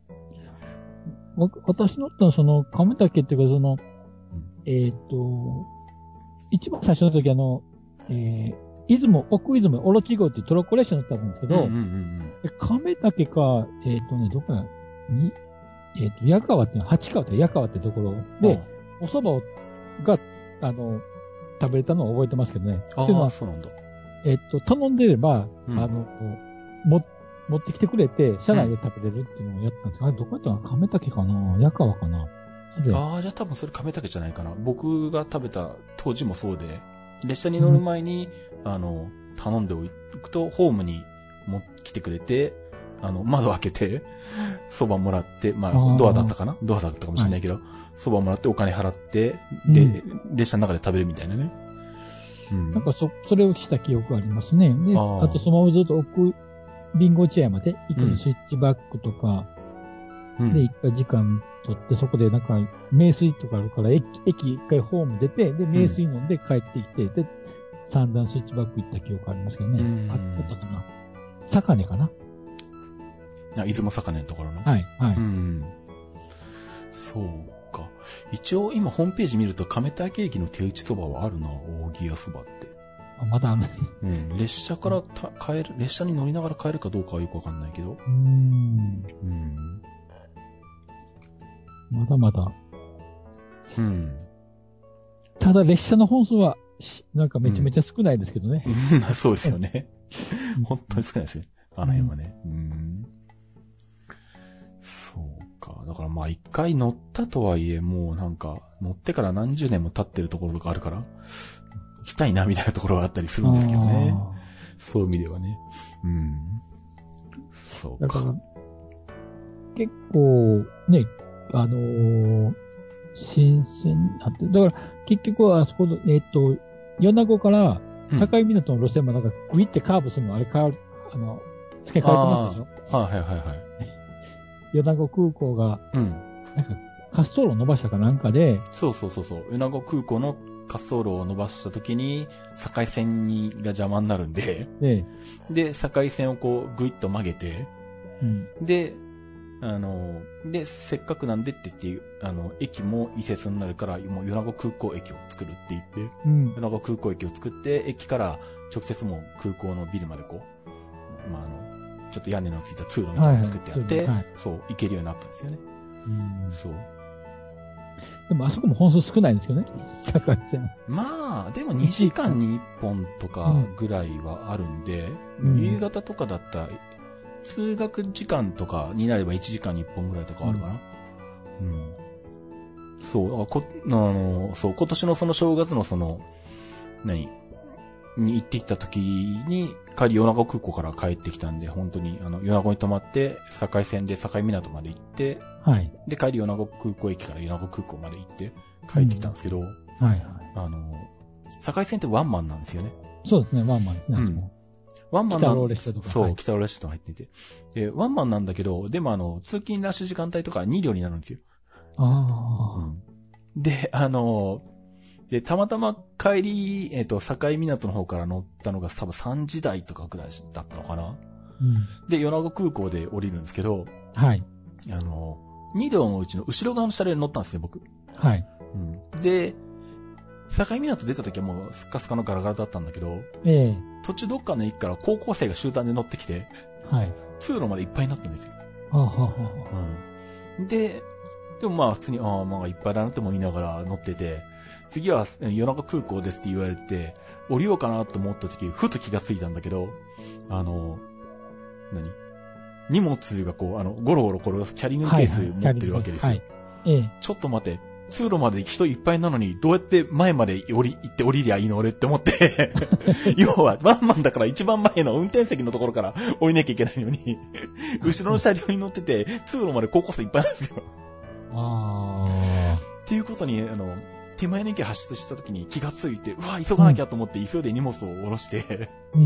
私乗ったのはその、亀岳っていうかその、うん、えっ、ー、と、一番最初の時あの、えー、出雲、奥出雲、オロチ号っていうトロッコ列車乗ったんですけど、うんうんうんうん、亀岳か、えっ、ー、とね、どこや、に、えっ、ー、と、矢川っていうのは、八川って矢川ってところで、うん、お蕎麦が、あの、食べれたのを覚えてますけどね。 ああ、そうなんだ。 えっと、頼んでれば、うん、あの、も、持ってきてくれて、車内で食べれるっていうのをやったんですけど、うん、あれどこやったかな亀岳かな矢川かなああ、じゃあ多分それ亀岳じゃないかな。僕が食べた当時もそうで、列車に乗る前に、うん、あの、頼んでおくと、ホームに持ってきてくれて、あの、窓開けて、蕎麦もらって、まあ、ドアだったかなドアだったかもしれないけど、蕎麦もらってお金払って、で、うん、列車の中で食べるみたいなね。 うん、なんかそ、それをした記憶ありますね。で、あ, あとそのままずっと奥、備後落合まで行くの、うん、スイッチバックとか、うん、で、一回時間取って、そこでなんか、名水とかあるから、駅、駅一回ホーム出て、で、名水飲んで帰ってきて、うん、で、三段スイッチバック行った記憶ありますけどね。うん、あったかな。坂根かなあ、出雲坂根のところの。 はい、はい。うん。 そうか。一応今ホームページ見ると亀岳駅の手打ちそばはあるな、扇屋そばって。 あ、まだあんのうん。列車からた帰る、列車に乗りながら帰るかどうかはよくわかんないけど。うーん。うん。 まだまだ。 うん。 ただ列車の本数は、なんかめちゃめちゃ少ないですけどね。 うん、そうですよね。本当に少ないですね。あの辺はね。うん。うんそうか。だからまあ一回乗ったとはいえ、もうなんか、乗ってから何十年も経ってるところとかあるから、行きたいなみたいなところがあったりするんですけどね。そういう意味ではね。うん。そうか。だから結構、ね、あのー、新鮮なって、だから結局はあそこの、えっと、米子から境港の路線もなんかグイってカーブするの、あれ変わる、あの、付け替えてますでしょ？ ああ、はいはいはい。 米子空港が、うん。なんか、滑走路を伸ばしたかなんかで、 そうそうそうそう。米子空港の滑走路を伸ばしたときに、境線に、が邪魔になるんで、で、で、境線をこう、ぐいっと曲げて、うん。で、あの、で、せっかくなんでって言って、あの、駅も移設になるから、もう米子空港駅を作るって言って、うん。米子空港駅を作って、駅から直接もう空港のビルまでこう、まあ、あの、ちょっと屋根のついた通路みたいなのを作ってやって、はいはい、そう、行けるようになったんですよね。うん。そう。 でもあそこも本数少ないんですけどね。境線。 まあ、でもにじかんにいっぽんとかぐらいはあるんで、うん、夕方とかだったら、通学時間とかになればいちじかんにいっぽんぐらいとかあるかな。うん。うん、そう、だからこ、あの、そう、今年のその正月のその、何に行ってきた時に、帰り米子空港から帰ってきたんで、本当に、あの、米子に泊まって、境線で境港まで行って、はい。で、帰り米子空港駅から米子空港まで行って、帰ってきたんですけど、うん、はいはい。あの、境線ってワンマンなんですよね。 そうですね、ワンマンですね、うん。ワンマンなん北ロー列車とか。 そう、はい、北ロー列車とか入ってて。で、ワンマンなんだけど、でもあの、通勤ラッシュ時間帯とかに両になるんですよ。ああ、うん。で、あの、で、たまたま帰り、えっと、境港の方から乗ったのが多分さんじ台とかぐらいだったのかな。うん。で、米子空港で降りるんですけど、はい。あの、に両のうちの後ろ側の車両に乗ったんですね、僕。はい。うん。で、境港出た時はもうスッカスカのガラガラだったんだけど、ええ。途中どっかの駅から高校生が集団で乗ってきて、はい。通路までいっぱいになったんですよ。はあ、はあはあ、うん。で、でもまあ普通に、ああ、まあいっぱいだなって思いながら乗ってて、次は米子空港ですって言われて、降りようかなと思った時、ふと気がついたんだけど、あの、何荷物がこう、あの、ゴロゴロこれキャリングケース持ってるわけですよ。はいはいはい、ええ。ちょっと待って、通路まで人いっぱいなのに、どうやって前まで降り、行って降りりゃいいの俺って思って。要は、ワンマンだから一番前の運転席のところから降りなきゃいけないのに、後ろの車両に乗ってて、通路まで高校生いっぱいなんですよ。あー。っていうことに、あの、手前の駅発出した時に気がついて、うわ、急がなきゃと思って急いで荷物を下ろして、うん、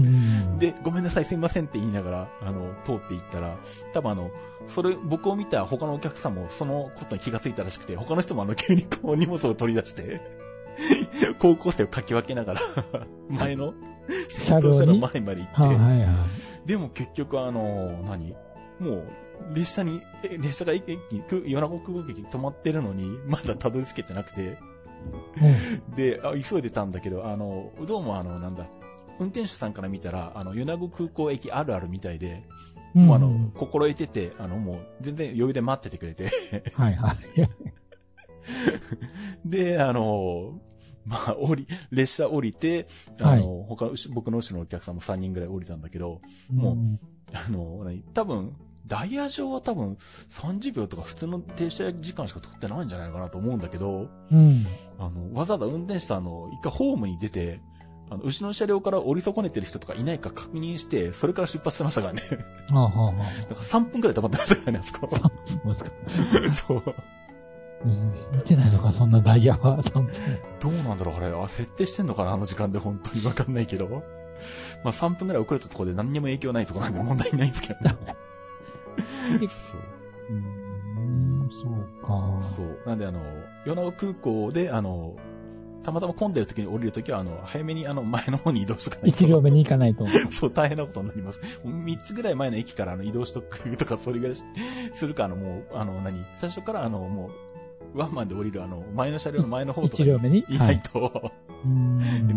で、ごめんなさい、すいませんって言いながら、あの、通っていったら、多分あの、それ、僕を見た他のお客さんもそのことに気がついたらしくて、他の人もあの、急にこう荷物を取り出して、高校生をかき分けながら、前の、先頭車の前まで行って、はいはいはい、でも結局あの、何もう、列車に、列車が駅に、米子空港駅に止まってるのに、まだたどり着けてなくて、うん、であ、急いでたんだけど、あの、どうもあの、なんだ、運転手さんから見たら、あの、米子空港駅あるあるみたいで、うん、もうあの、心得てて、あの、もう全然余裕で待っててくれて。はいはい。で、あの、まあ、降り、列車降りて、あの、はい、他の、僕の後ろのお客さんもさんにんぐらい降りたんだけど、もう、うん、あの、多分、ダイヤ上は多分さんじゅうびょうとか普通の停車時間しか取ってないんじゃないのかなと思うんだけど、うん、あの、わざわざ運転手さん、あの、一回ホームに出て、あの、後ろの車両から降り損ねてる人とかいないか確認して、それから出発してましたからね。ああ、はあ、だからさんぷんくらい溜まってましたからね、あそこ。さんぷんですか。そう。 見てないのか、そんなダイヤはさんぷん。 どうなんだろう、あれ。あ、設定してんのかな、あの時間で本当にわかんないけど。まあさんぷんくらい遅れたところで何にも影響ないところなんで問題ないんですけどね。そう。うーん、そうか。そう。なんであの、米子空港で、あの、たまたま混んでる時に降りる時は、あの、早めにあの、前の方に移動しとかないと。 一両目に行かないと。 そう、大変なことになります。三つぐらい前の駅からあの、移動しとくとか、それぐらいするか、あの、もう、あの、何最初からあの、もう、ワンマンで降りるあの、前の車両の前の方とかにいないと、はい、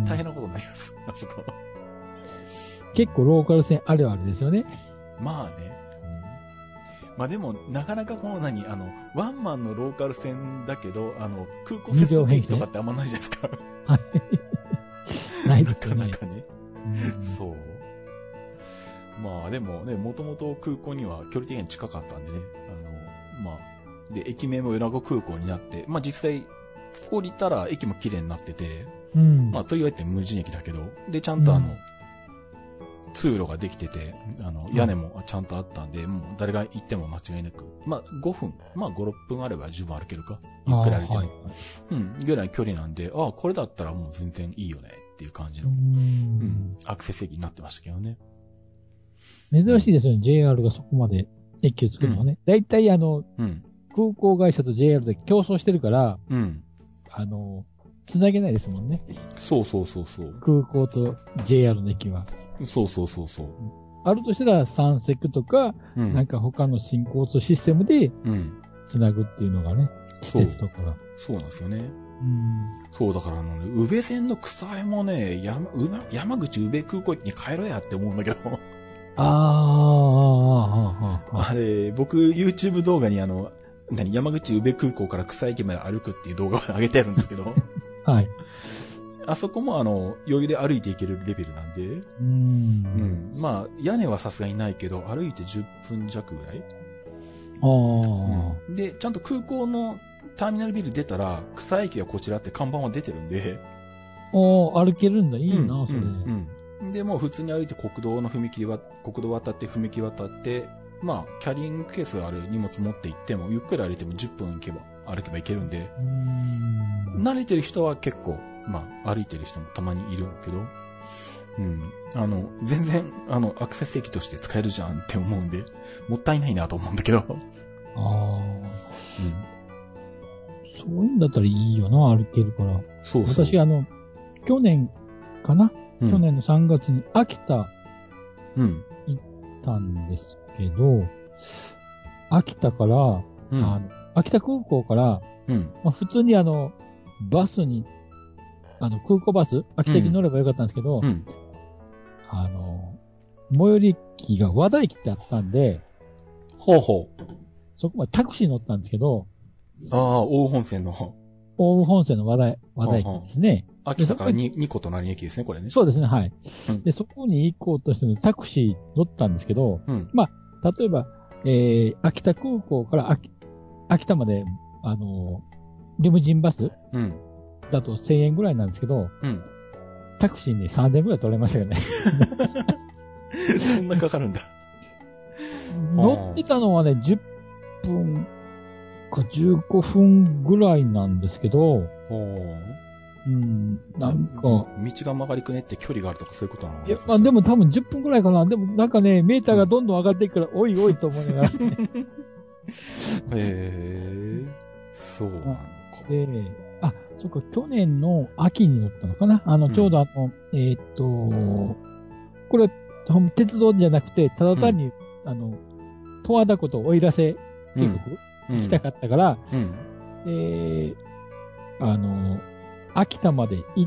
大変なことになります、あそこ。 結構ローカル線あるあるですよね。 まあね。まあでも、なかなかこの何、あの、ワンマンのローカル線だけど、あの、空港接続駅とかってあんまないじゃないですか。はい。ないですよね。なかなかね。そう。まあでもね、もともと空港には距離的に近かったんでね、あの、まあ、で、駅名も米子空港になって、まあ実際、降りたら駅も綺麗になってて、うん、まあと言われて無人駅だけど、で、ちゃんとあの、うん、通路ができてて、あの、屋根もちゃんとあったんで、うん、もう誰が行っても間違いなく、まあごふん、まあご、ろっぷんあれば十分歩けるか。ゆっくり歩いても。はい、うん、ぐらいの距離なんで、ああ、これだったらもう全然いいよねっていう感じの、うん、うん、アクセス駅になってましたけどね。 珍しいですよね、うん、ジェイアール がそこまで駅を作るのはね。だいたいあの、うん、空港会社と ジェイアール で競争してるから、うん、あの、つなげないですもんね。 そうそうそうそう。 空港と ジェイアール の駅は。 そうそうそうそう。 あるとしたら三セクとか、うん、なんか他の新交通システムで、つなぐっていうのがね、施設とかが。 そうなんですよね。うん、そうだからあのね、宇部線の草江もね、山、山口宇部空港駅に帰ろうやって思うんだけど。ああ、ああ、あれ、僕 YouTube 動画にあの、何、山口宇部空港から草駅まで歩くっていう動画を上げてあるんですけど。はい。あそこもあの、余裕で歩いていけるレベルなんで。うん。うん。まあ、屋根はさすがにないけど、歩いてじゅっぷん弱ぐらい。ああ、うん。で、ちゃんと空港のターミナルビル出たら、草駅はこちらって看板は出てるんで、 おー、歩けるんだ。いいな、 うん、 それ、 うんうん。で、もう普通に歩いて国道の踏切は、国道渡って踏切渡って、まあ、キャリングケースがある荷物持って行っても、ゆっくり歩いてもじゅっぷん行けば、歩けば行けるんで、 うん慣れてる人は結構、まあ、歩いてる人もたまにいるけど、うん。あの、全然、あの、アクセス駅として使えるじゃんって思うんで、もったいないなと思うんだけど。ああ。うん。そういうんだったらいいよな、歩けるから。 そうそう。 私、あの、去年かな、 うん、 去年のさんがつに秋田、 うん。 行ったんですけど、秋田から、うん、あの、秋田空港から、 うん。 まあ、普通にあの、バスに、あの、空港バス、秋田駅に乗ればよかったんですけど、 うん、 あの、最寄り駅が和田駅ってあったんで、 ほうほう。 そこまでタクシー乗ったんですけど、 ああ、大本線の。 大宇本線の和田、和田駅ですね。 秋田からにこ隣の駅ですね、これね。 そうですね、はい。 うん、 で、そこに行こうとしてのタクシー乗ったんですけど、 うん、 まあ、例えば、えー、秋田空港から秋秋田まで、あの、リムジンバス、 うん、 だとせんえんぐらいなんですけど、 うん、 タクシーにさんぜんえんぐらい取れましたよね。 そんなかかるんだ。 乗ってたのはね、じゅっぷんかじゅうごふんぐらいなんですけど、うん、なんか。道が曲がりくねって距離があるとかそういうことなの？ いや、まあでも多分じゅっぷんぐらいかな。でもなんかね、メーターがどんどん上がっていくから、うん、おいおいと思いながら、ね。 へえ、そうなのか。 で、あ、そっか、去年の秋に乗ったのかな。あの、ちょうどあの、うん、えー、っと、これ、鉄道じゃなくて、ただ単に、うん、あの、十和田湖と奥入瀬渓谷、行きたかったから、うん、で、あの、秋田まで行って、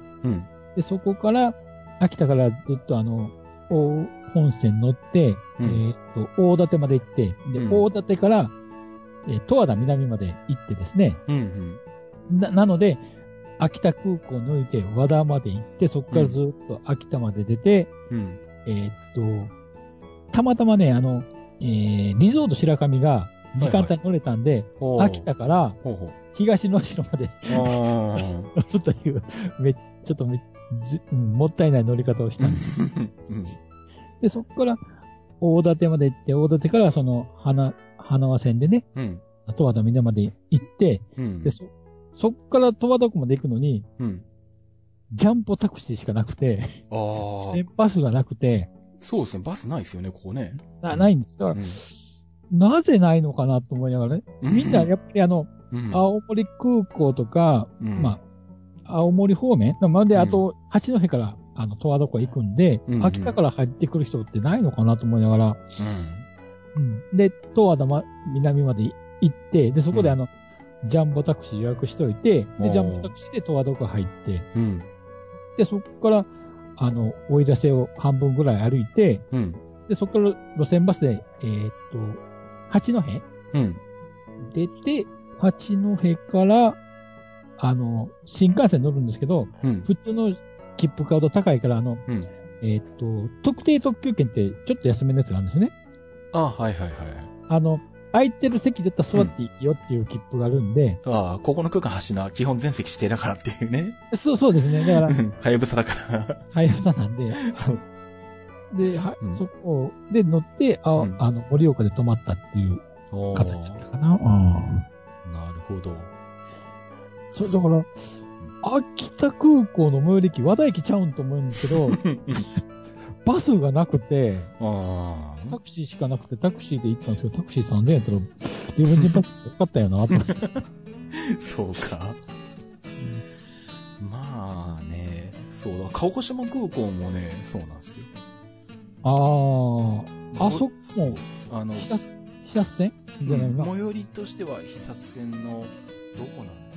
うん、で、そこから、秋田からずっとあの、大本線乗って、うん、えっと、大館まで行って、で、うん、大館から、えー、十和田南まで行ってですね、 うんうん、 な、なので、秋田空港に降りて和田まで行って、そこからずっと秋田まで出て、うん、えっと、たまたまね、あの、えー、リゾート白神が時間帯に乗れたんで、はいはい、秋田から、ほうほう東の城まで乗るという、め、ちょっとめ、うん、もったいない乗り方をしたんですよ。で、そこから、大館まで行って、大館からその、花、花輪線でね、うん、十和田南まで行って、うん、で、そ、そっから十和田湖まで行くのに、うん、ジャンボタクシーしかなくて、線バスがなくて、 そうですね、バスないですよね、ここね。 な、ないんです。だから、うん、なぜないのかなと思いながらね、みんなやっぱりあの、うん、青森空港とか、うん、まあ、青森方面まで、あと、八戸から、あの、十和田湖行くんで、うんうん、秋田から入ってくる人ってないのかなと思いながら、うん。うん、で、十和田ま、南まで行って、で、そこであの、うん、ジャンボタクシー予約しといて、で、ジャンボタクシーで十和田湖入って、うん、で、そこから、あの、追い出せを半分ぐらい歩いて、うん、で、そこから路線バスで、えー、っと、八戸、うん、出て、八戸から、あの、新幹線乗るんですけど、うん、普通の切符買うと高いから、あの、うん、えー、っと、特定特急券ってちょっと安めのやつがあるんですね。 ああ、はいはいはい。 あの、空いてる席だったら座っていいよっていう切符があるんで。 うん、ああ、ここの区間走るのは基本全席指定だからっていうね。 そう、そうですね。だから。 はやぶさだから。 はやぶさなんで。そう。で、は、うん、そこで乗って、あ、うん、あの、盛岡で泊まったっていう形だったかな。うん。 なるほど。 そう、だから、秋田空港の最寄り駅、和田駅ちゃうんと思うんですけど、バスがなくて、 あタクシーしかなくて、タクシーで行ったんですけど、タクシーさんぜんえんやったら、自分でバスよかったよな、と思って。 そうか。うん、まあね、そうだ、鹿児島空港もね、そうなんですよ。 ああ、あそこも、あの、被殺線じゃないな。 最寄りとしては、被殺線の、どこなんだ